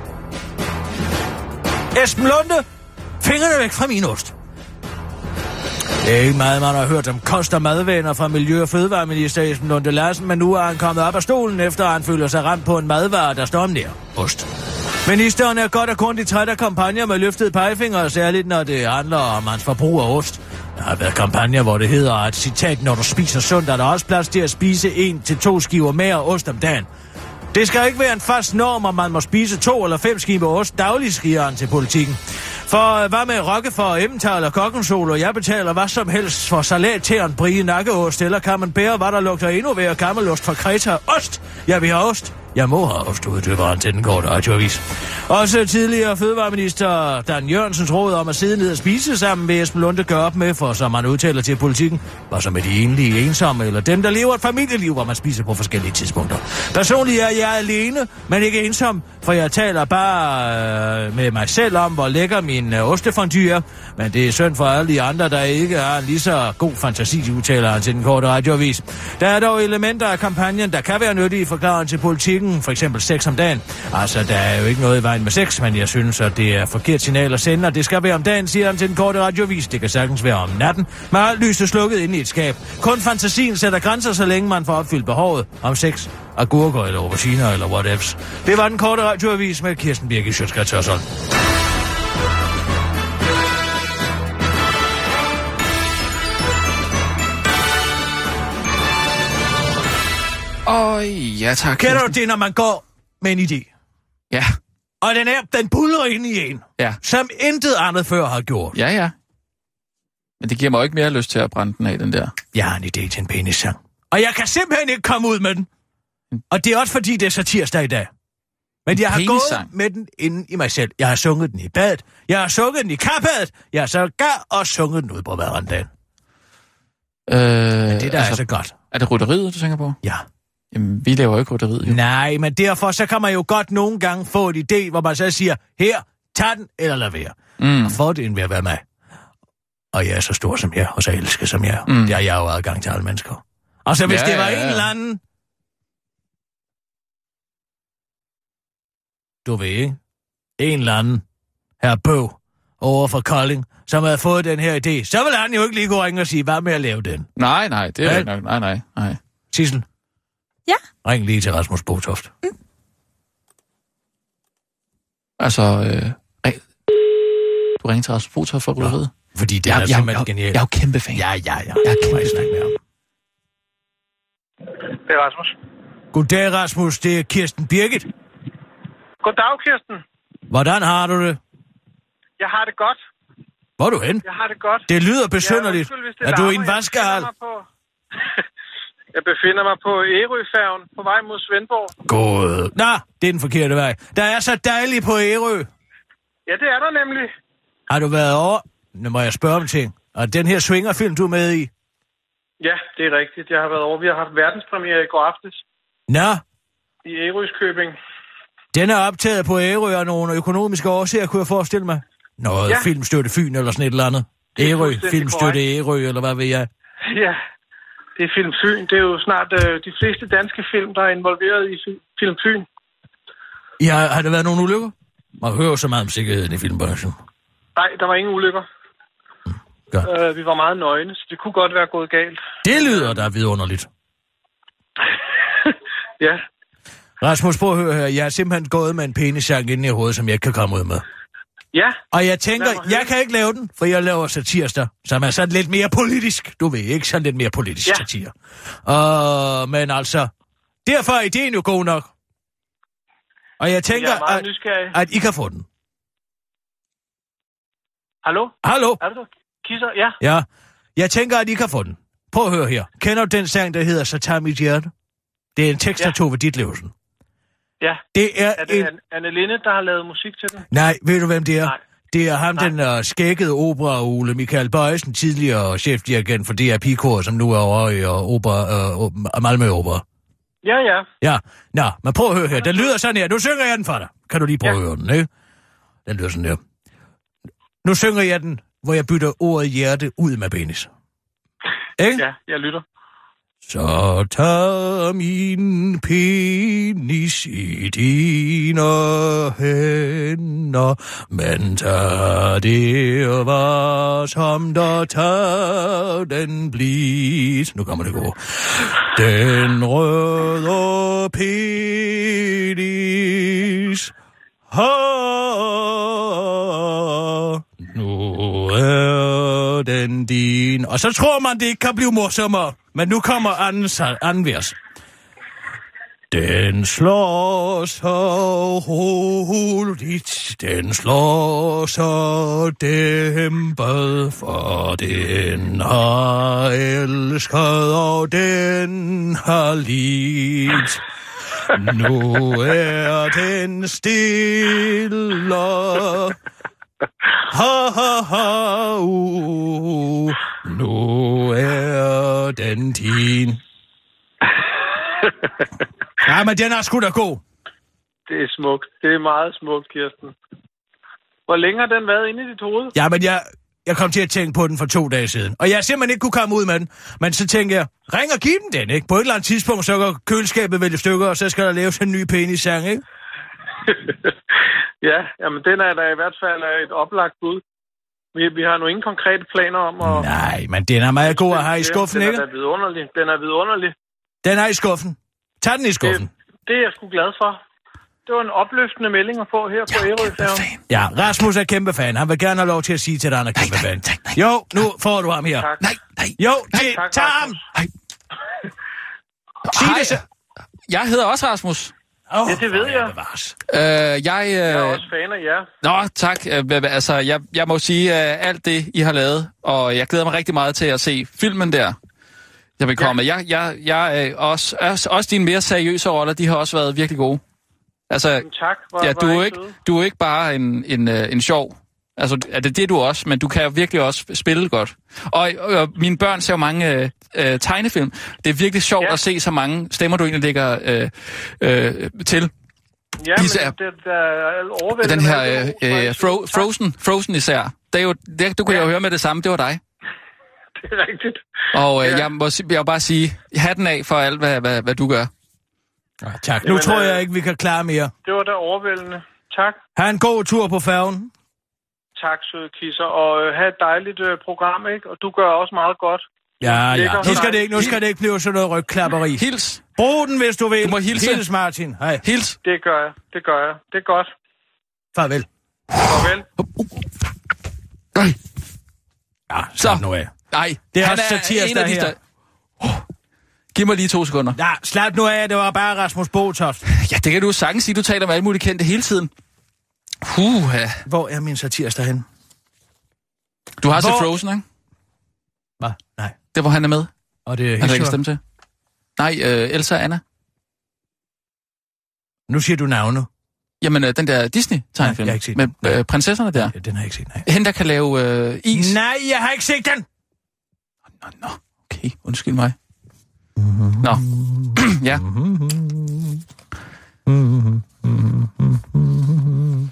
S4: Esben Lunde, fingrene væk fra min ost. Det er ikke meget, man har hørt om kost- og madvaner fra Miljø- og Fødevareminister Esben Lunde Larsen, men nu er han kommet op af stolen, efter at han føler sig ramt på en madvare, der står om nær. Ost. Ministeren er godt og grundigt træt af kampagner med løftede pegefinger, særligt når det handler om hans forbrug af ost. Der har været kampagner, hvor det hedder, at citat, når du spiser sundt, er der også plads til at spise en til to skiver mere ost om dagen. Det skal ikke være en fast norm, om man må spise to eller fem skiver ost dagligt, skriver han til Politikken. For hvad med Roquefort, Emmental og Kokkensol, og jeg betaler hvad som helst for salat til en brie nakkeost, eller kan man bære, hvad der lugter endnu værre gammelost fra Kreta? Ost! Jeg vil have ost. Jeg må have ost, uddyber han til den korte radioavis. Også tidligere fødevareminister Dan Jørgensens råd om at sidde ned og spise sammen med Esben Lunde gør op med, for som man udtaler til Politikken, hvad så med de enlige ensomme, eller dem, der lever et familieliv, hvor man spiser på forskellige tidspunkter. Personligt er jeg alene, men ikke ensom, for jeg taler bare øh, med mig selv om, hvor lækker min øh, ostefondue er, men det er synd for alle de andre, der ikke har en lige så god fantasi, udtaler han til den korte radioavis. Der er dog elementer af kampagnen, der kan være nyttige, forklarer til Politikken. For eksempel sex om dagen. Altså, der er jo ikke noget i vejen med sex, men jeg synes, at det er forkert signal at sende, og det skal være om dagen, siger han til den korte radiovis. Det kan sagtens være om natten, med alt lyset slukket inde i et skab. Kun fantasien sætter grænser, så længe man får opfyldt behovet om sex, agurker eller auberginer eller whatevs. Det var den korte radioavis med Kirsten Birgit Schøtzgrads Hørsholm.
S5: Åh, oh, ja tak.
S4: Kender du det, når man går med en idé?
S5: Ja.
S4: Og den er, den buller ind i en.
S5: Ja.
S4: Som intet andet før har gjort.
S5: Ja, ja. Men det giver mig jo ikke mere lyst til at brænde den af, den der.
S4: Jeg har en idé til en penissang. Og jeg kan simpelthen ikke komme ud med den. Og det er også fordi, det er så tirsdag i dag. Men jeg har
S5: penissang.
S4: gået med den inde i mig selv. Jeg har sunget den i badet. Jeg har sunget den i karbadet. Jeg har sågar også sunget den ud på verandaen.
S5: Øh,
S4: Men det der
S5: altså,
S4: er så godt.
S5: Er det rytteriet, du tænker på?
S4: Ja.
S5: Jamen, vi laver jo ikke rytteriet, jo.
S4: Nej, men derfor så kan man jo godt nogle gange få et idé, hvor man så siger, her, tag den eller lad være. Mm. Og fordelen ved at være med. Og jeg er så stor som jeg, og så elsker som jeg. Mm. Det har jeg jo adgang til alle mennesker. Og så hvis ja, det var ja, ja. en eller anden... Du ved ikke? En eller anden her Bøv over for Kolding, som havde fået den her idé, så vil han jo ikke lige gå ringe og sige, hvad med at lave den?
S5: Nej, nej, det er ja. nok. Nej, nej, nej.
S4: Sissel?
S6: Ja?
S4: Ring lige til Rasmus Botoft. Mm.
S5: Altså, øh, du ringer til Rasmus Botoft for rytteriet?
S4: Fordi det
S5: jeg,
S4: er
S5: jeg,
S4: simpelthen
S5: jeg,
S4: genialt.
S5: Jeg er jo kæmpe fan.
S4: Ja, ja, ja.
S5: Jeg er kæmpe fan.
S4: Med ham.
S10: Det er Rasmus.
S4: Goddag, Rasmus. Det er Kirsten Birgit.
S10: Goddag, Kirsten.
S4: Hvordan har du det?
S10: Jeg har det godt.
S4: Hvor er du hen?
S10: Jeg har det godt.
S4: Det lyder besynderligt.
S10: Ja, undskyld,
S4: er du i en vaskehal?
S10: Jeg befinder mig på Ærøfærgen på vej mod Svendborg.
S4: God. Nå, det er den forkerte vej. Der er så dejligt på Ærø.
S10: Ja, det er der nemlig.
S4: Har du været over? Nu må jeg spørge om ting. Og den her swingerfilm, du er med i?
S10: Ja, det er rigtigt. Jeg har været over. Vi har haft verdenspremiere i går aftes.
S4: Nå?
S10: I Ærøskøbing.
S4: Den er optaget på Ærø og nogle økonomiske årsager, kunne jeg forestille mig. Noget ja. Filmstøtte Fyn eller sådan et eller andet. Ærø, Filmstøtte Ærø, eller hvad ved jeg?
S10: Ja, det er Film Fyn. Det er jo snart øh, de fleste danske film, der er involveret i Film Fyn.
S4: Ja, har der været nogle ulykker? Man hører så meget om sikkerheden i filmbranchen.
S10: Nej, der var ingen ulykker.
S4: Ja.
S10: Øh, vi var meget nøgne, så det kunne godt være gået galt.
S4: Det lyder da vidunderligt.
S10: Ja.
S4: Rasmus, prøv at høre her. Jeg har simpelthen gået med en penisang inde i hovedet, som jeg ikke kan komme ud med.
S10: Ja.
S4: Og jeg tænker, jeg kan ikke lave den, for jeg laver satirster, som er sådan lidt mere politisk. Du ved, ikke sådan lidt mere politisk ja. satire. Uh, men altså, derfor er ideen jo god nok. Og jeg tænker, jeg at, at I kan få den.
S10: Hallo?
S4: Hallo?
S10: Er du der? Kisser? Ja.
S4: Ja. Jeg tænker, at I kan få den. Prøv at høre her. Kender du den sang, der hedder Så tag mit hjerte? Det er en tekst, ja. der tog ved dit livsen.
S10: Ja.
S4: Det er,
S10: er det
S4: en...
S10: Anne Linde, der har lavet musik til den?
S4: Nej, ved du, hvem det er?
S10: Nej.
S4: Det er ham, Nej. den uh, skækkede opera-ule, Michael Bøjsen, tidligere chefdirigent for D R P-kor, som nu er over i uh, opera, uh, Malmø Opera.
S10: Ja, ja.
S4: Ja, nå, men prøv at høre her. Den lyder sådan her. Nu synger jeg den for dig. Kan du lige prøve ja. at høre den, ikke? Den lyder sådan her. Nu synger jeg den, hvor jeg bytter ordet hjerte ud med penis. Ikke?
S10: Ja, jeg lytter.
S4: Så tag min penis i dine hænder, men tag det var som der tag den blidt. Nu kommer det gå. Den røde penis har nu er den din. Og så tror man, det ikke kan blive morsommere. Men nu kommer anden, anden vers. Den slår så roligt, den slår så dæmpet, for den har elsket, og den har lidt. Nu er den stille. Ha, ha, ha, uh, nu er den din. Ja, men den er sgu da god.
S10: Det er smukt. Det er meget smukt, Kirsten. Hvor længe har den været inde i dit hoved?
S4: Ja, men jeg, jeg kom til at tænke på den for to dage siden. Og jeg simpelthen ikke kunne komme ud med den. Men så tænker jeg, ring og giv den den, ikke? På et eller andet tidspunkt, så går køleskabet vælge stykker, og så skal der laves en ny penissang, ikke?
S10: Ja, jamen den er da i hvert fald et oplagt bud. Vi, vi har nu ingen konkrete planer om at...
S4: Nej, men den er meget god at have i skuffen, ikke?
S10: Den er da vidunderlig. Den er vidunderlig.
S4: Den er i skuffen. Tag den i skuffen.
S10: Det, det er jeg sgu glad for. Det var en opløftende melding at få her på Ærøfærgen.
S4: Ja, Rasmus er kæmpe fan. Han vil gerne have lov til at sige til dig, han er kæmpe fan. Nej, nej, nej, jo, nu får du ham her.
S10: Tak.
S5: Nej, nej.
S4: Jo,
S5: nej,
S4: det,
S10: tak,
S4: tag ham.
S5: Nej.
S4: Sig det så.
S5: Jeg hedder også Rasmus.
S10: Oh, ja, det ved jeg.
S5: Øh, jeg, øh...
S10: jeg er også fan af jer.
S5: Nå, tak. Øh, altså, jeg, jeg må sige uh, alt det, I har lavet, og jeg glæder mig rigtig meget til at se filmen der. Jeg vil komme. Ja. Jeg, jeg, jeg øh, også, også, også dine mere seriøse roller, de har også været virkelig gode. Altså,
S10: tak. Hvor,
S5: ja, du er ikke, du er ikke bare en, en, en sjov. Altså, er det det, du er også, men du kan virkelig også spille godt. Og, og mine børn ser jo mange øh, øh, tegnefilm. Det er virkelig sjovt ja. at se så mange stemmer, du egentlig lægger øh, øh, til.
S10: Ja, især, men det, det er overvældende.
S5: Den her øh, øh, fro, Frozen, Frozen især. Det er jo, det, du kunne ja. jo høre med det samme, det var dig.
S10: Det er rigtigt.
S5: Og øh,
S10: ja.
S5: jeg må jeg må bare sige, hatten af for alt, hvad, hvad, hvad du gør.
S4: Ja, tak. Nu Jamen, tror jeg ikke, vi kan klare mere.
S10: Det var da overvældende. Tak.
S4: Ha' en god tur på færgen.
S10: Tak, søde Kisser. Og øh, have et dejligt øh, program, ikke? Og du gør også meget godt.
S4: Ja, ja. Nu skal, det ikke, nu skal det ikke blive sådan noget rygklapperi.
S5: Hils.
S4: Brug den, hvis du vil.
S5: Du må hilse.
S4: Hils, Martin. Hej.
S5: Hils.
S10: Det gør jeg. Det gør jeg. Det er godt.
S4: Farvel.
S10: Farvel.
S5: Nej.
S4: Ja, slap nu af.
S5: Nej.
S4: Det er også satirsdag her. Der...
S5: Oh. Giv mig lige to sekunder.
S4: Ja, slap nu af. Det var bare Rasmus Botoft.
S5: Ja, det kan du sagtens sige. Du taler med alle mulige kendte hele tiden. Uh, ja.
S4: Hvor er min satirsdag henne?
S5: Du har
S4: Hvor...
S5: set Frozen, ikke?
S4: Hvad? Nej.
S5: Det, hvor han er med.
S4: Og det er
S5: han ikke stemme til. Nej, øh, Elsa og Anna.
S4: Nu siger du navne.
S5: Jamen, øh, den der Disney-tegnefilm.
S4: Jeg har ikke set
S5: med
S4: den.
S5: øh, prinsesserne der.
S4: Ja, den har jeg ikke set, nej.
S5: Hende, der kan lave øh, is.
S4: Nej, jeg har ikke set den!
S5: Nå, nå, okay. Undskyld mig. Mm-hmm. Nå. Ja.
S4: Mm-hmm. Mm-hmm. Mm-hmm.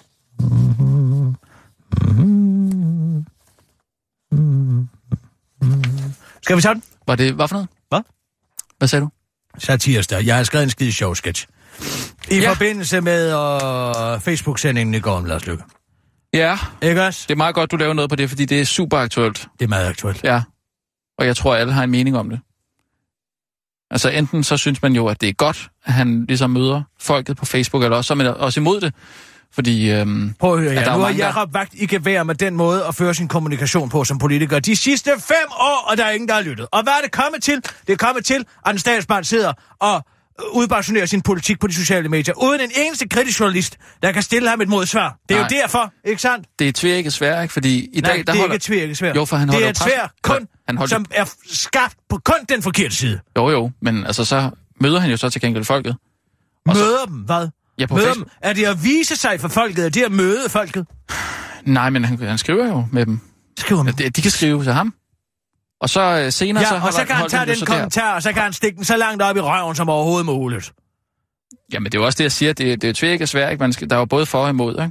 S4: Mm-hmm. Skal vi tage den?
S5: Var det, hvad for noget?
S4: Hvad?
S5: Hvad sagde du?
S4: Satirsdag. Jeg har skrevet en skide sjov sketch. I ja. forbindelse med uh, Facebook-sendingen i går om Lars Løkke.
S5: Ja.
S4: Ikke også?
S5: Det er meget godt, du laver noget på det, fordi det er super aktuelt.
S4: Det er meget aktuelt.
S5: Ja. Og jeg tror, alle har en mening om det. Altså enten så synes man jo, at det er godt, at han ligesom møder folket på Facebook, eller også så er man også imod det. Fordi, øhm,
S4: Prøv at høre, ja. Nu har
S5: mange,
S4: Jacob vagt i gevær med den måde at føre sin kommunikation på som politiker de sidste fem år, og der er ingen, der har lyttet. Og hvad er det kommet til? Det er kommet til, at en statsmand sidder og udbasunerer sin politik på de sociale medier, uden en eneste kritisk journalist, der kan stille ham et modsvar. Det er Nej. jo derfor, ikke sandt?
S5: Det er tvækket svært, ikke? Fordi i
S4: Nej,
S5: dag, der
S4: det er
S5: holder...
S4: ikke tvækket svært.
S5: Jo, for han
S4: det
S5: holder
S4: er svært kun,
S5: han holder...
S4: som er skabt på kun den forkerte side.
S5: Jo, jo, men altså så møder han jo så til gengæld folket.
S4: Og møder så... dem? Hvad?
S5: Ja, på
S4: møder
S5: Facebook.
S4: dem? Er det at vise sig for folket? Er det at møde folket?
S5: Nej, men han, han skriver jo med dem.
S4: Skriver med
S5: de, de kan skrive til ham. Og så øh, senere...
S4: Ja,
S5: så
S4: og så kan han tage den kommentar, der. og så kan han stikke den så langt op i røven som overhovedet muligt.
S5: Jamen, det er jo også det, jeg siger. Det, det er jo tvækket svært, ikke? Man skal, der er jo både for og imod, ikke?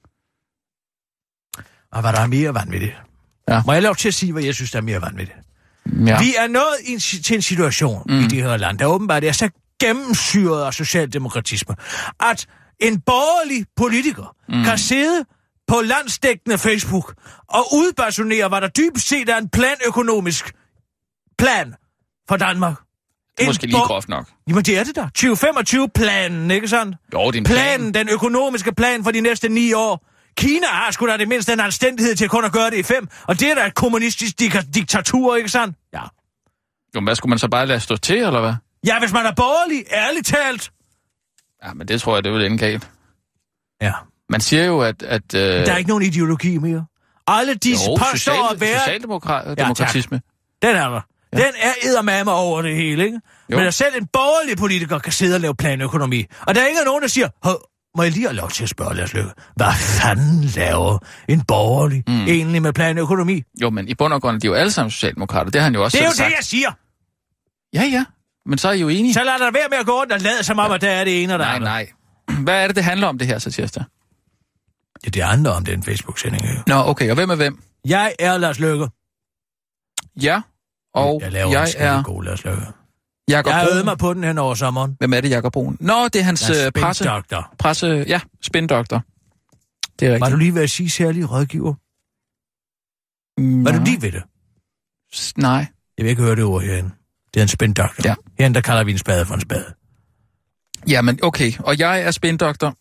S4: Og hvad der er mere vanvittigt. Ja. Må jeg lov til at sige, hvad jeg synes, der er mere vanvittigt? Ja. Vi er nået i en, til en situation mm. i det her land, der åbenbart er så gennemsyret af socialdemokratisme, at en borgerlig politiker mm. kan sidde på landsdækkende Facebook og udbasunere, hvad der dybest set er en planøkonomisk plan for Danmark.
S5: Det er måske lige groft nok.
S4: Jamen det er det der. tyve femogtyve-planen, ikke sådan?
S5: Jo, det er en
S4: Planen,
S5: plan.
S4: Den økonomiske plan for de næste ni år. Kina har sgu da det mindste en anstændighed til kun at gøre det i fem, og det er da et kommunistisk dik- diktatur, ikke sandt? Ja.
S5: Jo, men hvad skulle man så bare lade stå til, eller hvad?
S4: Ja, hvis man er borgerlig, ærligt talt.
S5: Ja, men det tror jeg, det vil ende galt.
S4: Ja.
S5: Man siger jo, at... at øh...
S4: Der er ikke nogen ideologi mere. Alle de
S5: jo,
S4: påstår
S5: social,
S4: at være...
S5: socialdemokratisme.
S4: Ja, den er der. Ja. Den er eddermame over det hele, ikke? Jo. Men at selv en borgerlig politiker kan sidde og lave planøkonomi. Og der er ikke nogen, der siger... Må jeg lige have lov til at spørge, Lars Løkke? Hvad fanden laver en borgerlig mm. egentlig med planøkonomi?
S5: Jo, men i bund og grund, de er jo alle sammen socialdemokrater. Det har han jo også
S4: Det er jo
S5: sagt.
S4: det, jeg siger.
S5: Ja, ja. Men så er I jo enige.
S4: Så lad dig være med at gå rundt og lade som om, at der er det ene og der
S5: Nej, nej. Hvad er det, det handler om, det her, så tirsdag?
S4: Ja, det handler om den Facebook-sending. Jo.
S5: Nå, okay. Og hvem er hvem?
S4: Jeg er Lars Løkke.
S5: Ja, og
S4: jeg, laver
S5: jeg
S4: en
S5: er...
S4: god Lars Løkke.
S5: Jakob
S4: jeg har
S5: Brun.
S4: øvet mig på den hen over sommeren.
S5: Hvem er det, Jakob Brun? Nå, det er hans uh, presse... presse... Ja, spindoktor. Det er rigtigt.
S4: Var du lige ved at sige særlig rådgiver? Nå. Var du lige ved det?
S5: S- nej.
S4: Jeg vil ikke høre det ord herinde. Det er en spindoktor.
S5: Ja.
S4: Herinde, der kalder vi en spade for en spade.
S5: Ja, men okay. Og jeg er spindoktor.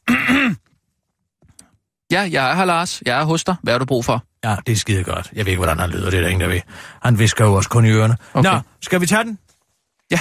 S5: Ja, jeg er her, Lars. Jeg er hos dig. Hvad har du brug for?
S4: Ja, det er skide godt. Jeg ved ikke, hvordan han lyder. Det er der ingen, der ved. Han visker jo også kun i ørerne. Okay. Nå, skal vi tage den?
S5: Ja.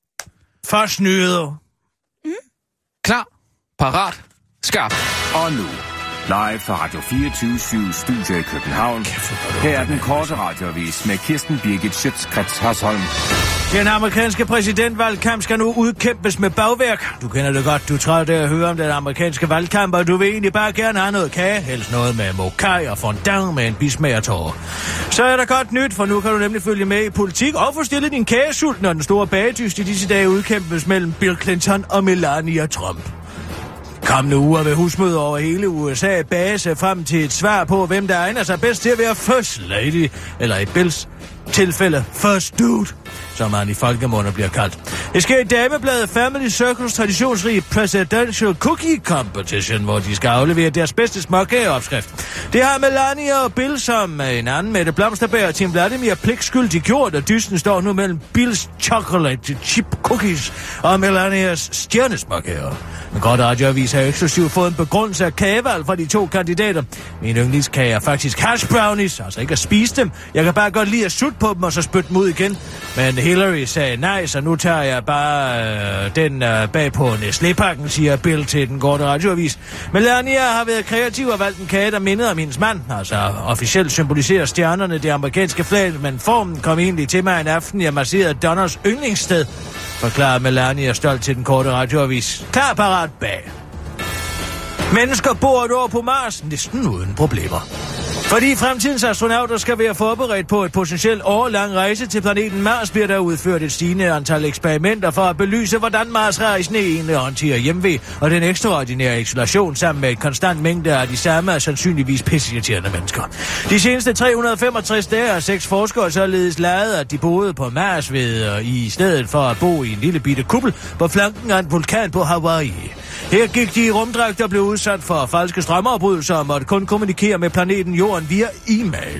S4: Først nyheder.
S6: Mm.
S5: Klar. Parat. Skarp.
S9: Og nu, live fra Radio fireogtyve syv Studio i København. Her er den korte radioavis med Kirsten Birgit Schøtzgrads Hasholm.
S4: Den amerikanske præsidentvalgkamp skal nu udkæmpes med bagværk. Du kender det godt, du er træt af at høre om den amerikanske valgkamp, og du vil egentlig bare gerne have noget kage, helst noget med mokai og fondant med en bismagertåre. Så er der godt nyt, for nu kan du nemlig følge med i politik og få stillet din kagesult, når den store bagedyst i disse dage udkæmpes mellem Bill Clinton og Melania Trump. Kommende uger vil husmøder over hele U S A base frem til et svar på, hvem der egner sig bedst til at være first lady, eller i Bills tilfælde first dude, som han i folkemunde bliver kaldt. Det sker i damebladet Family Circles traditionsrige Presidential Cookie Competition, hvor de skal aflevere deres bedste småkageopskrift. Det har Melania og Bill som en anden Mette Blomsterberg og Tim Vladimir pligtskyldigt gjort, og dysten står nu mellem Bills Chocolate Chip Cookies og Melanias stjernesmåkager. Men godt radioavis har eksklusivt fået en begrundelse af kagevalg fra de to kandidater. Min yndlingskage er faktisk hash brownies, altså ikke at spise dem. Jeg kan bare godt lide at sutte på dem og så spytte dem ud igen. Men Hillary sagde nej, så nu tager jeg bare øh, den øh, bag på Nestlé-pakken, siger Bill til den korte radioavis. Melania har været kreativ og valgt en kage, der mindede om hendes mand. Altså officielt symboliserer stjernerne det amerikanske flag, men formen kom egentlig til mig en aften, jeg masserede Donners yndlingssted, forklarer Melania stolt til den korte radioavis. Klar, parat, bag. Mennesker bor et år på Mars, næsten uden problemer. Fordi fremtidens astronauter skal være forberedt på et potentielt årlang rejse til planeten Mars, bliver der udført et stigende antal eksperimenter for at belyse, hvordan Mars-rejsende egentlig håndterer hjemvej og den ekstraordinære isolation sammen med et konstant mængde af de samme og sandsynligvis pisseirriterende mennesker. De seneste tre hundrede og femogtres dage har seks forskere således ladet, at de boede på Mars ved i stedet for at bo i en lille bitte kuppel på flanken af en vulkan på Hawaii. Her gik de i rumdragt og blev udsat for falske strømafbrydelser og måtte kun kommunikere med planeten Jorden via e-mail.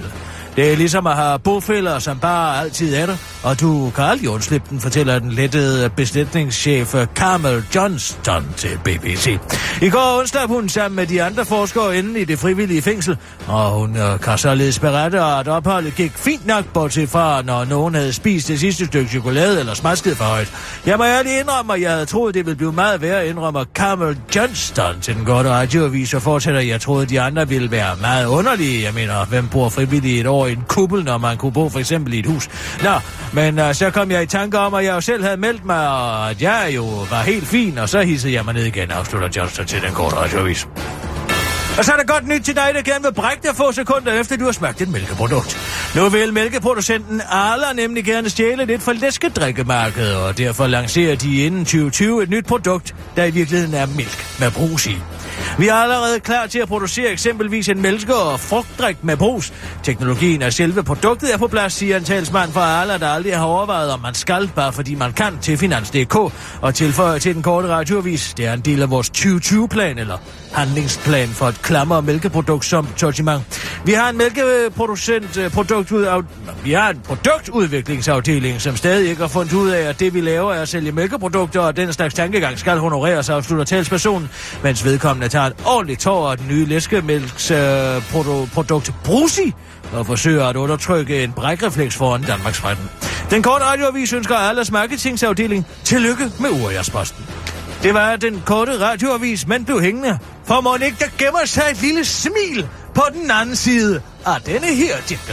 S4: Det er ligesom at have bofælder, som bare altid er der, og du kan aldrig undslippe den, fortæller den lettede beslætningschef Carmel Johnston til B B C. I går onsdag hun sammen med de andre forskere inde i det frivillige fængsel, og hun øh, kan således berette, at opholdet gik fint nok, bortset fra, når nogen havde spist det sidste stykke chokolade eller smasket for højt. Jeg må ærligt indrømme, at jeg havde troet, det ville blive meget værre, indrømmer Carmel Johnston til den korte radioavis, og fortsætter, jeg troede, de andre ville være meget underlige. Jeg mener, hvem bor frivilligt et år i en kuppel, når man kunne bo for eksempel i et hus? Nå, men uh, så kom jeg i tanke om, at jeg jo selv havde meldt mig, og at jeg jo var helt fin, og så hissede jeg mig ned igen, afslutter Johnston til den korte radioavis. Og så er der godt nyt til dig, der gerne vil brække dig få sekunder efter, du har smagt et mælkeprodukt. Nu vil mælkeproducenten Arla nemlig gerne stjæle lidt fra læskedrikkemarkedet, og derfor lancerer de inden tyve tyve et nyt produkt, der i virkeligheden er mælk med brus i. Vi er allerede klar til at producere eksempelvis en mælke- og frugtdrik med brus. Teknologien af selve produktet er på plads, siger en talsmand fra Arla, der aldrig har overvejet, om man skal, bare fordi man kan, til Finans punktum d k, og tilføjer til den korte radioavis. Det er en del af vores tyve tyve-plan, eller handlingsplan for et klammer- og mælkeprodukt som sortiment. Vi har en mælkeproducent produktud af... Vi har en produktudviklingsafdeling, som stadig ikke har fundet ud af, at det vi laver er at sælge mælkeprodukter, og den slags tankegang skal honoreres, afslutter talspersonen, mens vedkommende tager et ordentligt tår af den nye læskemælksprodukt uh, Brusi, og forsøger at undertrykke en brækrefleks foran Danmarks retten. Den korte radioavis ønsker Arlas marketingsafdeling tillykke med Uriasposten. Det var den korte radioavis, men blev hængende. For må ikke, der gemmer sig et lille smil på den anden side af denne her jingle.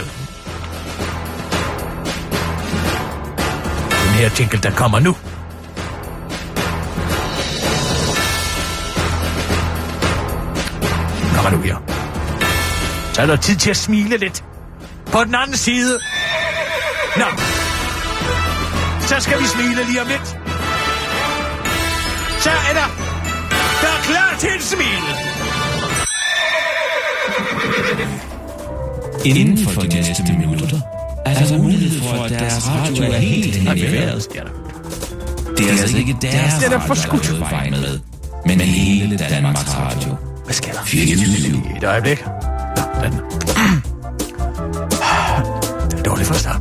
S4: Den her jingle, der kommer nu. Kommer nu her. Så er der tid til at smile lidt. På den anden side. Nå. Så skal vi smile lige om lidt. Så er der, der er klar til et smil.
S11: Inden for de næste minutter er der mulighed for, at deres radio er helt hen i vejret. Det er altså ikke deres radio, der er på vej med, men hele Danmarks Radio.
S4: Hvad sker der?
S11: fireogtyve syv.
S4: Et øjeblik. Nå, den. Det er dårligt fra start.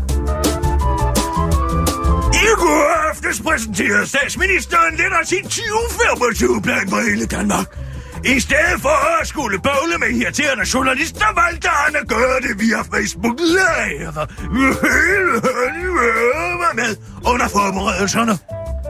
S4: I går aftes præsenterede statsministeren lidt af sin tyve femogtyve-plan for hele Danmark. I stedet for at skulle bøvle med irriterende journalister, valgte han at gøre det via Facebook Live. Hele hønen var med under forberedelserne.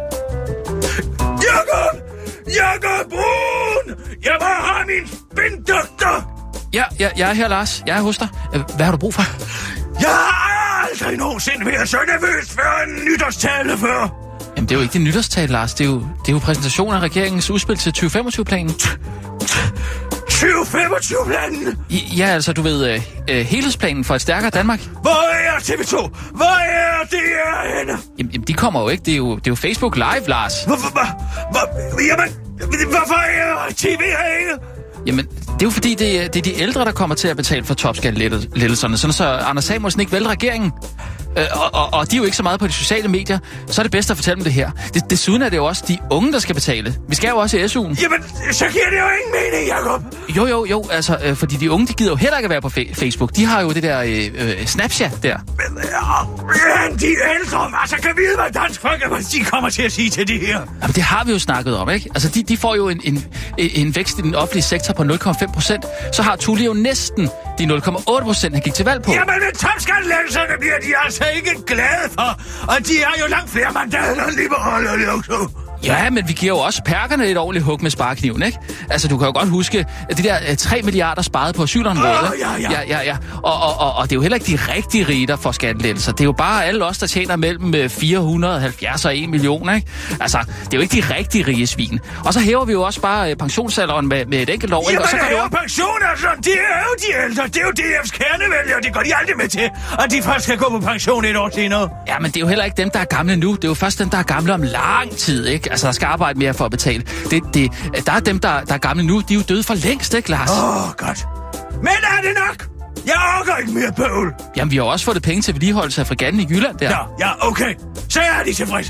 S4: Jakob! Jakob Brun! Jeg må have min spindoktor!
S5: Ja, ja, jeg er her, Lars. Jeg er hos dig. Hvad har du brug for?
S4: Jeg har aldrig nogensinde været så nervøs før en nytårstale før.
S5: Jamen, det er jo ikke det nytårstale, Lars. Det er jo, det er jo præsentation af regeringens udspil til tyve femogtyve-planen.
S4: tyve femogtyve-planen?
S5: Ja, altså, du ved, øh, øh, helhedsplanen for et stærkere Danmark.
S4: Hvor er T V to? Hvor er det her henne?
S5: Jamen, jamen, de kommer jo ikke. Det er jo, det er jo Facebook Live, Lars.
S4: Hvorfor? Hvor, jamen, hvorfor er T V herinde?
S5: Jamen, det er jo fordi, det er, det er de ældre, der kommer til at betale for topskattelettelserne, sådan så Anders Samuelsen ikke vælger regeringen. Øh, og, og, og de er jo ikke så meget på de sociale medier, så er det bedst at fortælle dem det her. Det, desuden er det jo også de unge, der skal betale. Vi skal jo også i S U'en.
S4: Jamen, så giver det jo ingen mening, Jacob.
S5: Jo, jo, jo, altså, øh, fordi de unge, de gider jo heller ikke at være på fe- Facebook. De har jo det der øh, øh, Snapchat der.
S4: Men, ja, de ældre, altså kan vide, hvad Dansk Folkeparti kommer til at sige til det her.
S5: Jamen, det har vi jo snakket om, ikke? Altså, de, de får jo en, en, en vækst i den offentlige sektor på nul komma fem procent. Så har Tulle jo næsten de nul komma otte procent, han gik til valg på.
S4: Jamen, men topskattelettelserne bliver de altså ikke glade for. Og de har jo langt flere mandater end liberale også.
S5: Ja, men vi giver jo også perkerne et ordentligt hug med sparekniven, ikke? Altså, du kan jo godt huske, at de der uh, tre milliarder sparet på asylområdet.
S4: Oh, ja, ja.
S5: ja, ja, ja. Og, og, og, og det er jo heller ikke de rigtig rige, der får skattelettelser. Det er jo bare alle os, der tjener mellem fire hundrede og halvfjerds og en million, ikke? Altså, det er jo ikke de rigtig rige svin. Og så hæver vi jo også bare uh, pensionsalderen med, med et enkelt år, ikke?
S4: Jamen,
S5: og så
S4: det er jo
S5: op...
S4: pension, altså. Det er jo de ældre. Det er jo D F's kernevælgere. Det går de aldrig med til, at de først skal gå på pension et år senere.
S5: Ja, men det er jo heller ikke dem, der er gamle nu. Det er jo først dem, der er gamle om lang tid, ikke? Altså, der skal arbejde mere for at betale. Det, det, der er dem, der, der er gamle nu. De er jo døde for længst, ikke, Lars?
S4: Åh, oh, godt. Men er det nok? Jeg orker ikke mere bøvl.
S5: Jamen, vi har jo også fået penge til vedligeholdelse af fregatten i Jylland der.
S4: Ja, ja, okay. Så er de tilfredse.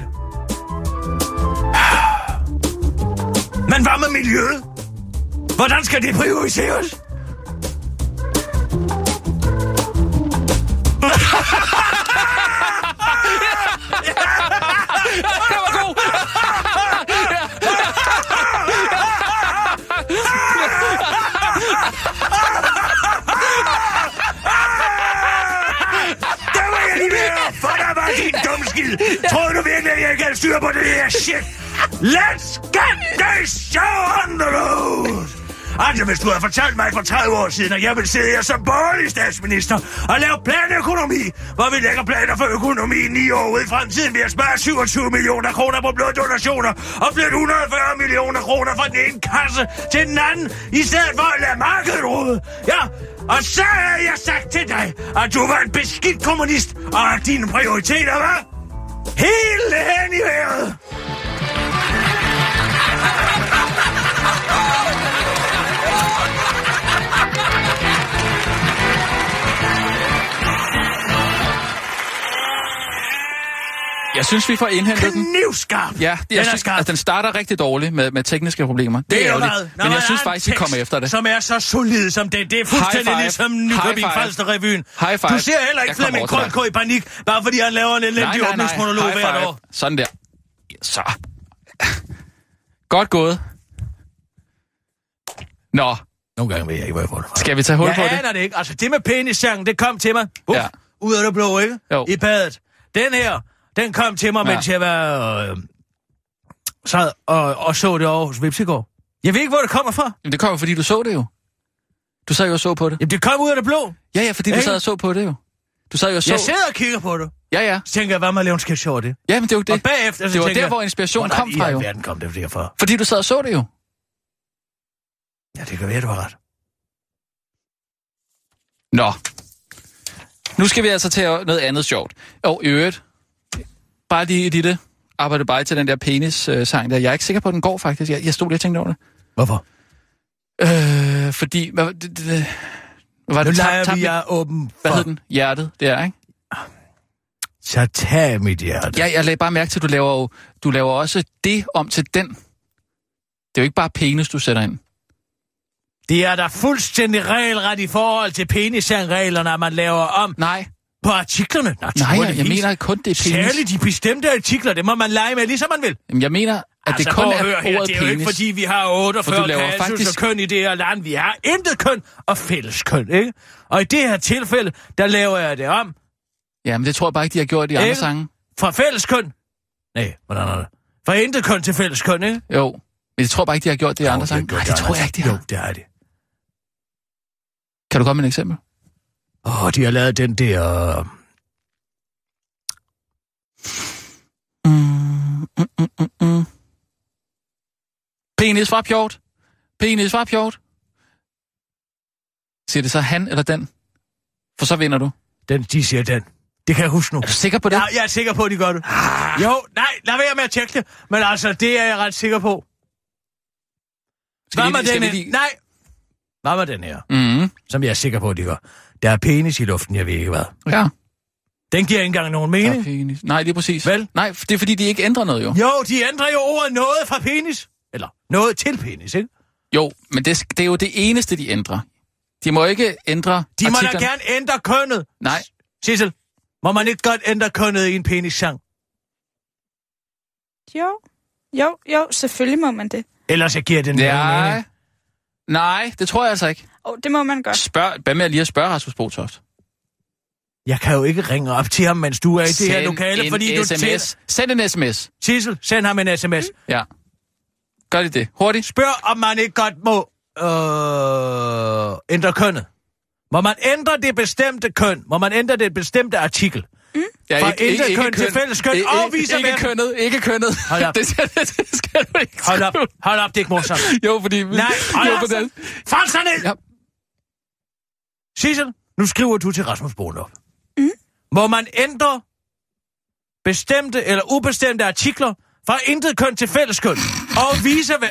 S4: Men hvad med miljøet? Hvordan skal det prioriteres?
S5: Det var god!
S4: Der var jeg lige ved, for der var din dumskid. Tror du virkelig, at jeg ikke kan styre på det her shit? Let's get this show on the road! Altså, hvis du havde fortalt mig for tredive år siden, at jeg ville sidde her som borgerlig statsminister og lave planøkonomi, hvor vi lægger planer for økonomien ni år ude i fremtiden ved at spare syvogtyve millioner kroner på bloddonationer og flytte et hundrede og fyrre millioner kroner fra den ene kasse til den anden, i stedet for at lade markedet råde. Ja, og så havde jeg sagt til dig, at du var en beskidt kommunist, og at dine prioriteter var helt hen i vejret.
S5: Jeg synes, vi får indhentet den.
S4: Knivskarp!
S5: Ja, jeg synes, at den starter rigtig dårligt med, med tekniske problemer. Det, det er ærgerligt, men jeg synes faktisk, vi kommer efter det.
S4: Som er så solid som det. Det er fuldstændig ligesom Nykøbing Falster-revyen.
S5: High five.
S4: Du ser heller ikke Flemming Krølko i panik, bare fordi han laver en elendig åbningsmonolog hvert år.
S5: Sådan der. Så. Godt gået. Nå.
S4: Nogle gange ved jeg ikke, hvor jeg får det fra.
S5: Skal vi tage hul
S4: jeg
S5: på det?
S4: Jeg aner det ikke. Altså, det med penissangen, det kom til mig. Uf, ja. Ud af det blå, ikke?
S5: Jo.
S4: I badet. Den her, den kom til mig, ja. Mens jeg var øh, sad og, og så det over hos Vipsigård. Jeg ved ikke, hvor det kommer fra.
S5: Jamen, det kommer, fordi du så det jo. Du sad jo og så på det.
S4: Jamen, det kom ud af det blå.
S5: Ja, ja, fordi du sad og så på det jo. Du sad jo og så...
S4: Jeg sidder og kigger på det.
S5: Ja, ja.
S4: Så tænker jeg, hvad man laver en sketch over det.
S5: Ja, men det er jo det.
S4: Og bagefter, så
S5: det var
S4: tænker
S5: der, hvor inspirationen kom fra, jo.
S4: Hvordan kom det derfra?
S5: Fordi du sad og så det jo.
S4: Ja, det kan være, du har ret.
S5: Nå. Nu skal vi altså til noget andet sjovt. Og i øvrigt, bare lige i det, arbejde bare til den der penis-sang der. Jeg er ikke sikker på, at den går faktisk. Jeg, jeg stod lige og tænkte over det.
S4: Hvorfor?
S5: Øh, fordi... Hvad, det, det, var
S4: nu
S5: det,
S4: leger
S5: tab,
S4: vi er åben for...
S5: Hvad hed den? Hjertet, det er, ikke?
S4: Så tag mit hjerte.
S5: Ja, jeg lagde bare mærke til, at du laver, jo, du laver også det om til den. Det er jo ikke bare penis, du sætter ind.
S4: Det er da fuldstændig regelret i forhold til penisangreglerne, at man laver om
S5: Nej.
S4: på artiklerne.
S5: Nej, jeg, jeg mener kun, det er penis.
S4: Særligt de bestemte artikler, det må man lege med, ligesom man vil.
S5: Jamen, jeg mener, at altså, det kun er ordet
S4: her,
S5: penis.
S4: Det er jo ikke, fordi vi har otteogfyrre kasus
S5: faktisk...
S4: og køn i det her land. Vi har intet køn og fælles køn, ikke? Og i det her tilfælde, der laver jeg det om.
S5: Jamen, det tror jeg bare ikke, de har gjort i andre sange.
S4: Fra fælles køn? Nej, hvordan er det? Fra intet køn til fælles køn, ikke?
S5: Jo, men jeg tror bare ikke, de har gjort det i andre sange. Nej, det tror jeg ikke, de har.
S4: Jo, det har de.
S5: Kan du komme med et eksempel?
S4: Åh, oh, de har lavet den der...
S5: Mm, mm, mm, mm, mm. Penis var pjort. Penis var pjort. Siger det så han eller den? For så vinder du.
S4: Den, de siger den. Det kan jeg huske nu.
S5: Er du sikker på det?
S4: Ja, jeg er sikker på, at de gør det. Ah. Jo, nej, lad være med at tjekke det. Men altså, det er jeg ret sikker på. Hvad med den her? Lige... Nej. Hvad med den her?
S5: Mm-hmm.
S4: Som jeg er sikker på, at de gør. Der er penis i luften, jeg ved ikke hvad.
S5: Ja.
S4: Den giver ikke engang nogen mening.
S5: Penis. Nej, det er præcis.
S4: Vel?
S5: Nej, det er fordi, de ikke ændrer noget, jo.
S4: Jo, de ændrer jo ordet noget fra penis. Eller noget til penis, ikke?
S5: Jo, men det, det er jo det eneste, de ændrer. De må ikke ændre
S4: De må
S5: artiklen.
S4: da gerne ændre kønnet.
S5: Nej.
S4: Sissel, må man ikke godt ændre kønnet i en penissang?
S6: Jo, jo, jo, selvfølgelig må man det.
S4: Ellers så giver den
S5: ja.
S4: mening.
S5: Nej, det tror jeg altså ikke.
S6: Åh, oh, det må man godt.
S5: Spørg, hvad med lige at spørge Rasmus Botoft?
S4: Jeg kan jo ikke ringe op til ham, mens du er i det her lokale, fordi du...
S5: sms. Send en sms.
S4: Sissel, send ham en sms. Mm.
S5: Ja. Gør det det. Hurtigt.
S4: Spørg, om man ikke godt må øh, ændre kønnet. Må man ændre det bestemte køn? Må man ændre det bestemte artikel? Mm.
S5: Ja,
S4: fra
S5: ikke, ikke,
S4: intet køn,
S5: køn
S4: til fælles køn,
S5: ikke,
S4: afviser
S5: ikke, ikke kønnet, ikke kønnet.
S4: Hold op.
S5: det, skal, det skal du ikke.
S4: Hold op, hold op, det er ikke morsomt.
S5: jo, fordi...
S4: Nej, hold op. Fald så ned!
S5: Ja.
S4: Sissel, nu skriver du til Rasmus Bonoff. Mm. Må man ændre bestemte eller ubestemte artikler fra intet køn til fælles køn, og vise hvad...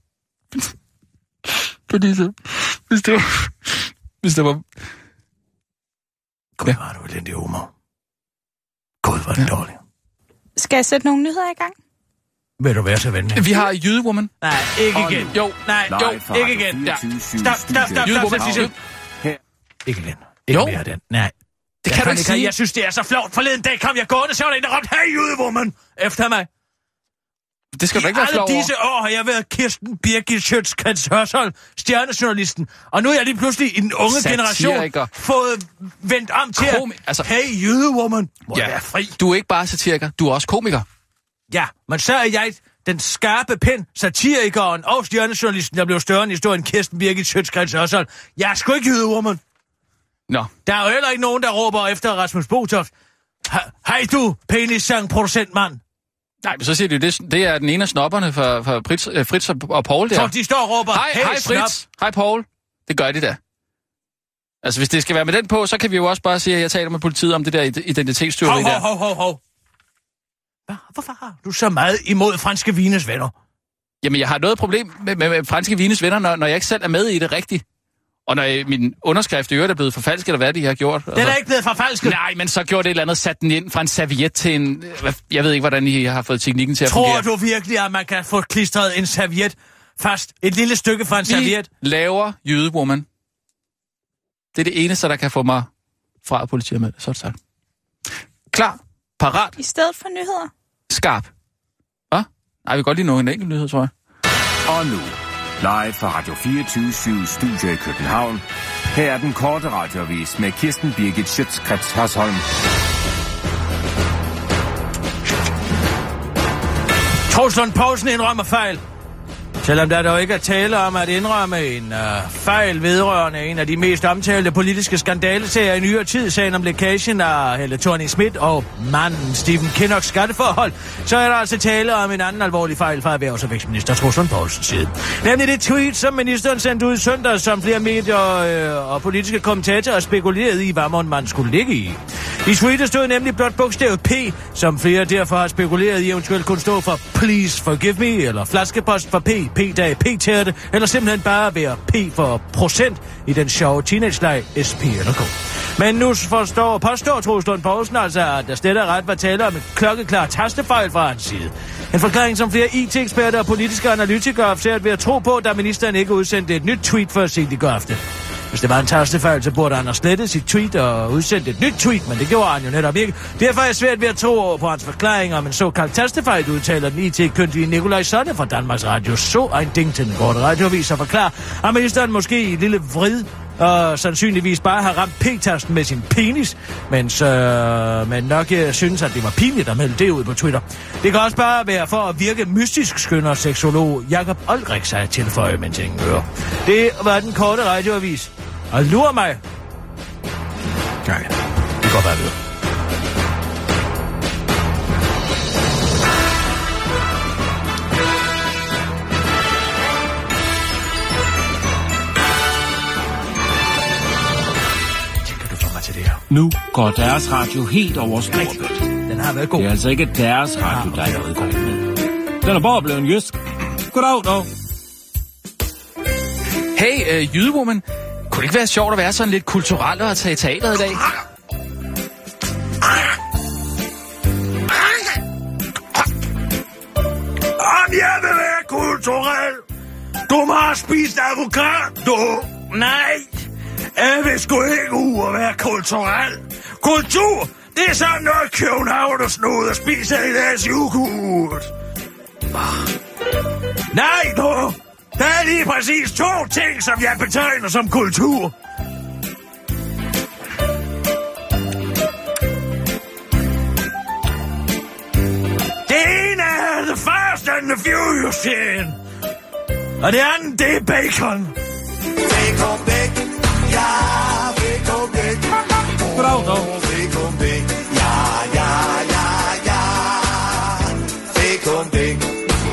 S5: Fordi så... Hvis det var... Hvis det var...
S4: Gud, ja. Var du elendig humor. Gud, var det ja. Dårligt.
S6: Skal jeg sætte nogle nyheder i gang?
S4: Vil du være så venlig?
S5: Vi har Jydewoman.
S4: Nej, ikke igen.
S5: Jo.
S4: Nej, jo, ikke igen. Ja. Stop, stop, stop, stop, stop, stop, stop. Ikke igen. Ikke
S5: jo.
S4: mere den. Nej.
S5: Det kan
S4: jeg
S5: du ikke sige.
S4: Jeg synes, det er så flot. Forleden dag kom jeg gående, så var der en, der råbte, hey, jødewoman, efter mig.
S5: Det skal du ikke være flov over.
S4: I alle disse år har jeg været Kirsten Birgit Schøtz-Krets Hørsholm, stjernejournalisten. Og nu er jeg lige pludselig i den unge
S5: Satiriker.
S4: generation fået vendt om til
S5: Komi-
S4: at,
S5: altså,
S4: hey, jødewoman, må
S5: ja,
S4: være fri.
S5: Du er ikke bare satiriker, du er også komiker.
S4: Ja, men så er jeg den skarpe pen, satirikeren og stjernejournalisten, der blev større end historien Kirsten Birgit Schøtz-Krets Hørsholm. Jeg er sgu ikke jødewoman.
S5: Nå.
S4: Der er jo heller ikke nogen, der råber efter Rasmus Botoft. Hej du, penis-sang-producentmand.
S5: Nej, men så siger de jo, det, det er den ene af snopperne for, for Fritz, øh, Fritz og, og Paul der.
S4: Så de står og råber,
S5: hej,
S4: hey,
S5: hej Fritz, hej Paul. Det gør de da. Altså, hvis det skal være med den på, så kan vi jo også bare sige, at jeg taler med politiet om det der identitetstyveri der.
S4: Hov, hov, hov, hov. Hvorfor har du så meget imod franske vines venner?
S5: Jamen, jeg har noget problem med, med, med franske vines venner, når, når jeg ikke selv er med i det rigtigt. Og når jeg, min underskrift i øvrigt er blevet forfalsket, eller hvad de har gjort.
S4: Den er ikke blevet forfalsket.
S5: Nej, men så gjorde det et eller andet, sat den ind fra en serviet til en... Jeg ved ikke, hvordan I har fået teknikken til at
S4: Tror
S5: fungere.
S4: Tror du virkelig, at man kan få klistret en serviet fast? Et lille stykke fra en
S5: Vi
S4: serviet?
S5: laver jødewoman. Det er det eneste, der kan få mig fra at politiet med det. Så er det sagt. Klar, parat.
S6: I stedet for nyheder.
S5: Skarp. Hvad? Nej, vi kan godt lige nå en enkelt nyhed, tror jeg.
S9: Og nu, live fra Radio fireogtyve syv Studio i København. Her er den korte radioavis med Kirsten Birgit Schøtz-Krets Hørsholm.
S4: Troels Lund Poulsen indrømmer fejl. Selvom der dog ikke er tale om at indrømme en uh, fejl vedrørende en af de mest omtalte politiske skandaleserier i nyere tid, sagen om lækagen af Helle Thorning-Schmidt og manden Stephen Kinnocks skatteforhold, så er der altså tale om en anden alvorlig fejl fra erhvervs- og vækstminister Troels Lund Poulsens side. Nemlig det tweet, som ministeren sendte ud søndag, som flere medier øh, og politiske kommentatorer spekulerede i, hvad man skulle ligge i. I tweetet stod nemlig blot bogstavet P, som flere derfor har spekuleret i eventuelt kunne stå for Please Forgive Me, eller flaskepost for P, P-dag, P-tærte, eller simpelthen bare være P for procent i den sjove teenage-leg S P eller K. Men nu forstår, påstår Troels Lund Poulsen altså, at der slet og ret var tale om en klokkeklar tastefejl fra hans side. En forklaring, som flere I T-eksperter og politiske analytikere har svært ved at tro på, da ministeren ikke udsendte et nyt tweet for sent i går aften. Hvis det var en tastefejl, så burde han have slettet sit tweet og udsendt et nyt tweet, men det gjorde han jo netop ikke. Derfor er jeg svært ved at tro på hans forklaring om en såkaldt tastefejl, udtaler den I T-kyndige Nikolaj Sonne fra Danmarks Radio. Så en ding til den korte radioavis og forklarer, at ministeren måske i et lille vrid og sandsynligvis bare har ramt P-tasten med sin penis, mens øh, man nok øh, synes, at det var pinligt at melde det ud på Twitter. Det kan også bare være for at virke mystisk, skønner seksolog Jakob Olrik sig tilføje, mens ingen hører. Det var den korte radioavis. Og lurer mig. Nej, det går bare videre.
S11: Nu går deres radio helt over Storebælt.
S4: Den har været god.
S11: Det er altså ikke deres radio, der er noget godt med. Den er bare blevet en jysk. Goddag, dog.
S5: Hey, uh, jydewoman. Kunne det ikke være sjovt at være sådan lidt kulturel og tage i teateret i dag?
S4: Om jeg vil være kulturel. Du må have spist avocado. Nej, jeg vil sgu ikke ud og være kulturel. Kultur, det er sådan noget københavnersnod og spiser i deres yoghurt. Nej, du. Der er lige præcis to ting, som jeg betegner som kultur. Det ene er The Fast and the Furious scene. Og det andet, det er bacon.
S12: Bacon, bacon, ja, bacon, bacon.
S11: Goddag, dog.
S12: Bacon, bacon, ja, ja, ja, ja. Bacon, bacon.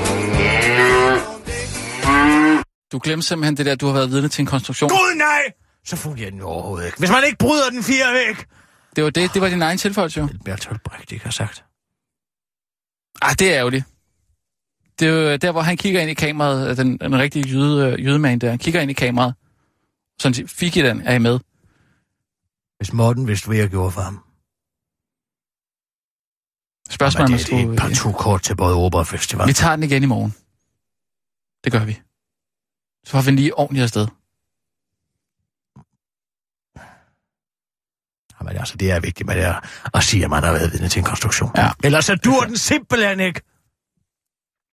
S5: Du glemte simpelthen det der, du har været vidne til en konstruktion.
S4: Gud nej! Så fungerer den overhovedet ikke. Hvis man ikke bryder den fire væk.
S5: Det var det, det var din egen tilføjelse, jo.
S4: Bertolt Brecht ikke har sagt.
S5: Ah, det er ærgerligt. Det er jo der, hvor han kigger ind i kameraet, den, den rigtige jyde, jydemand der. Han kigger ind i kameraet. Sådan siger, fik I den, er I med?
S4: Hvis Morten vidste, hvad jeg gjorde for ham.
S5: Spørgsmålet
S4: er, det, det er et par to kort til både Opera Festival.
S5: Vi tager den igen i morgen. Det gør vi. Så får vi den lige ordentligt afsted.
S4: Men altså, det er vigtigt med det at sige, at man har været vidne til en konstruktion.
S13: Ja.
S4: Ellers så dur den simpelthen ikke.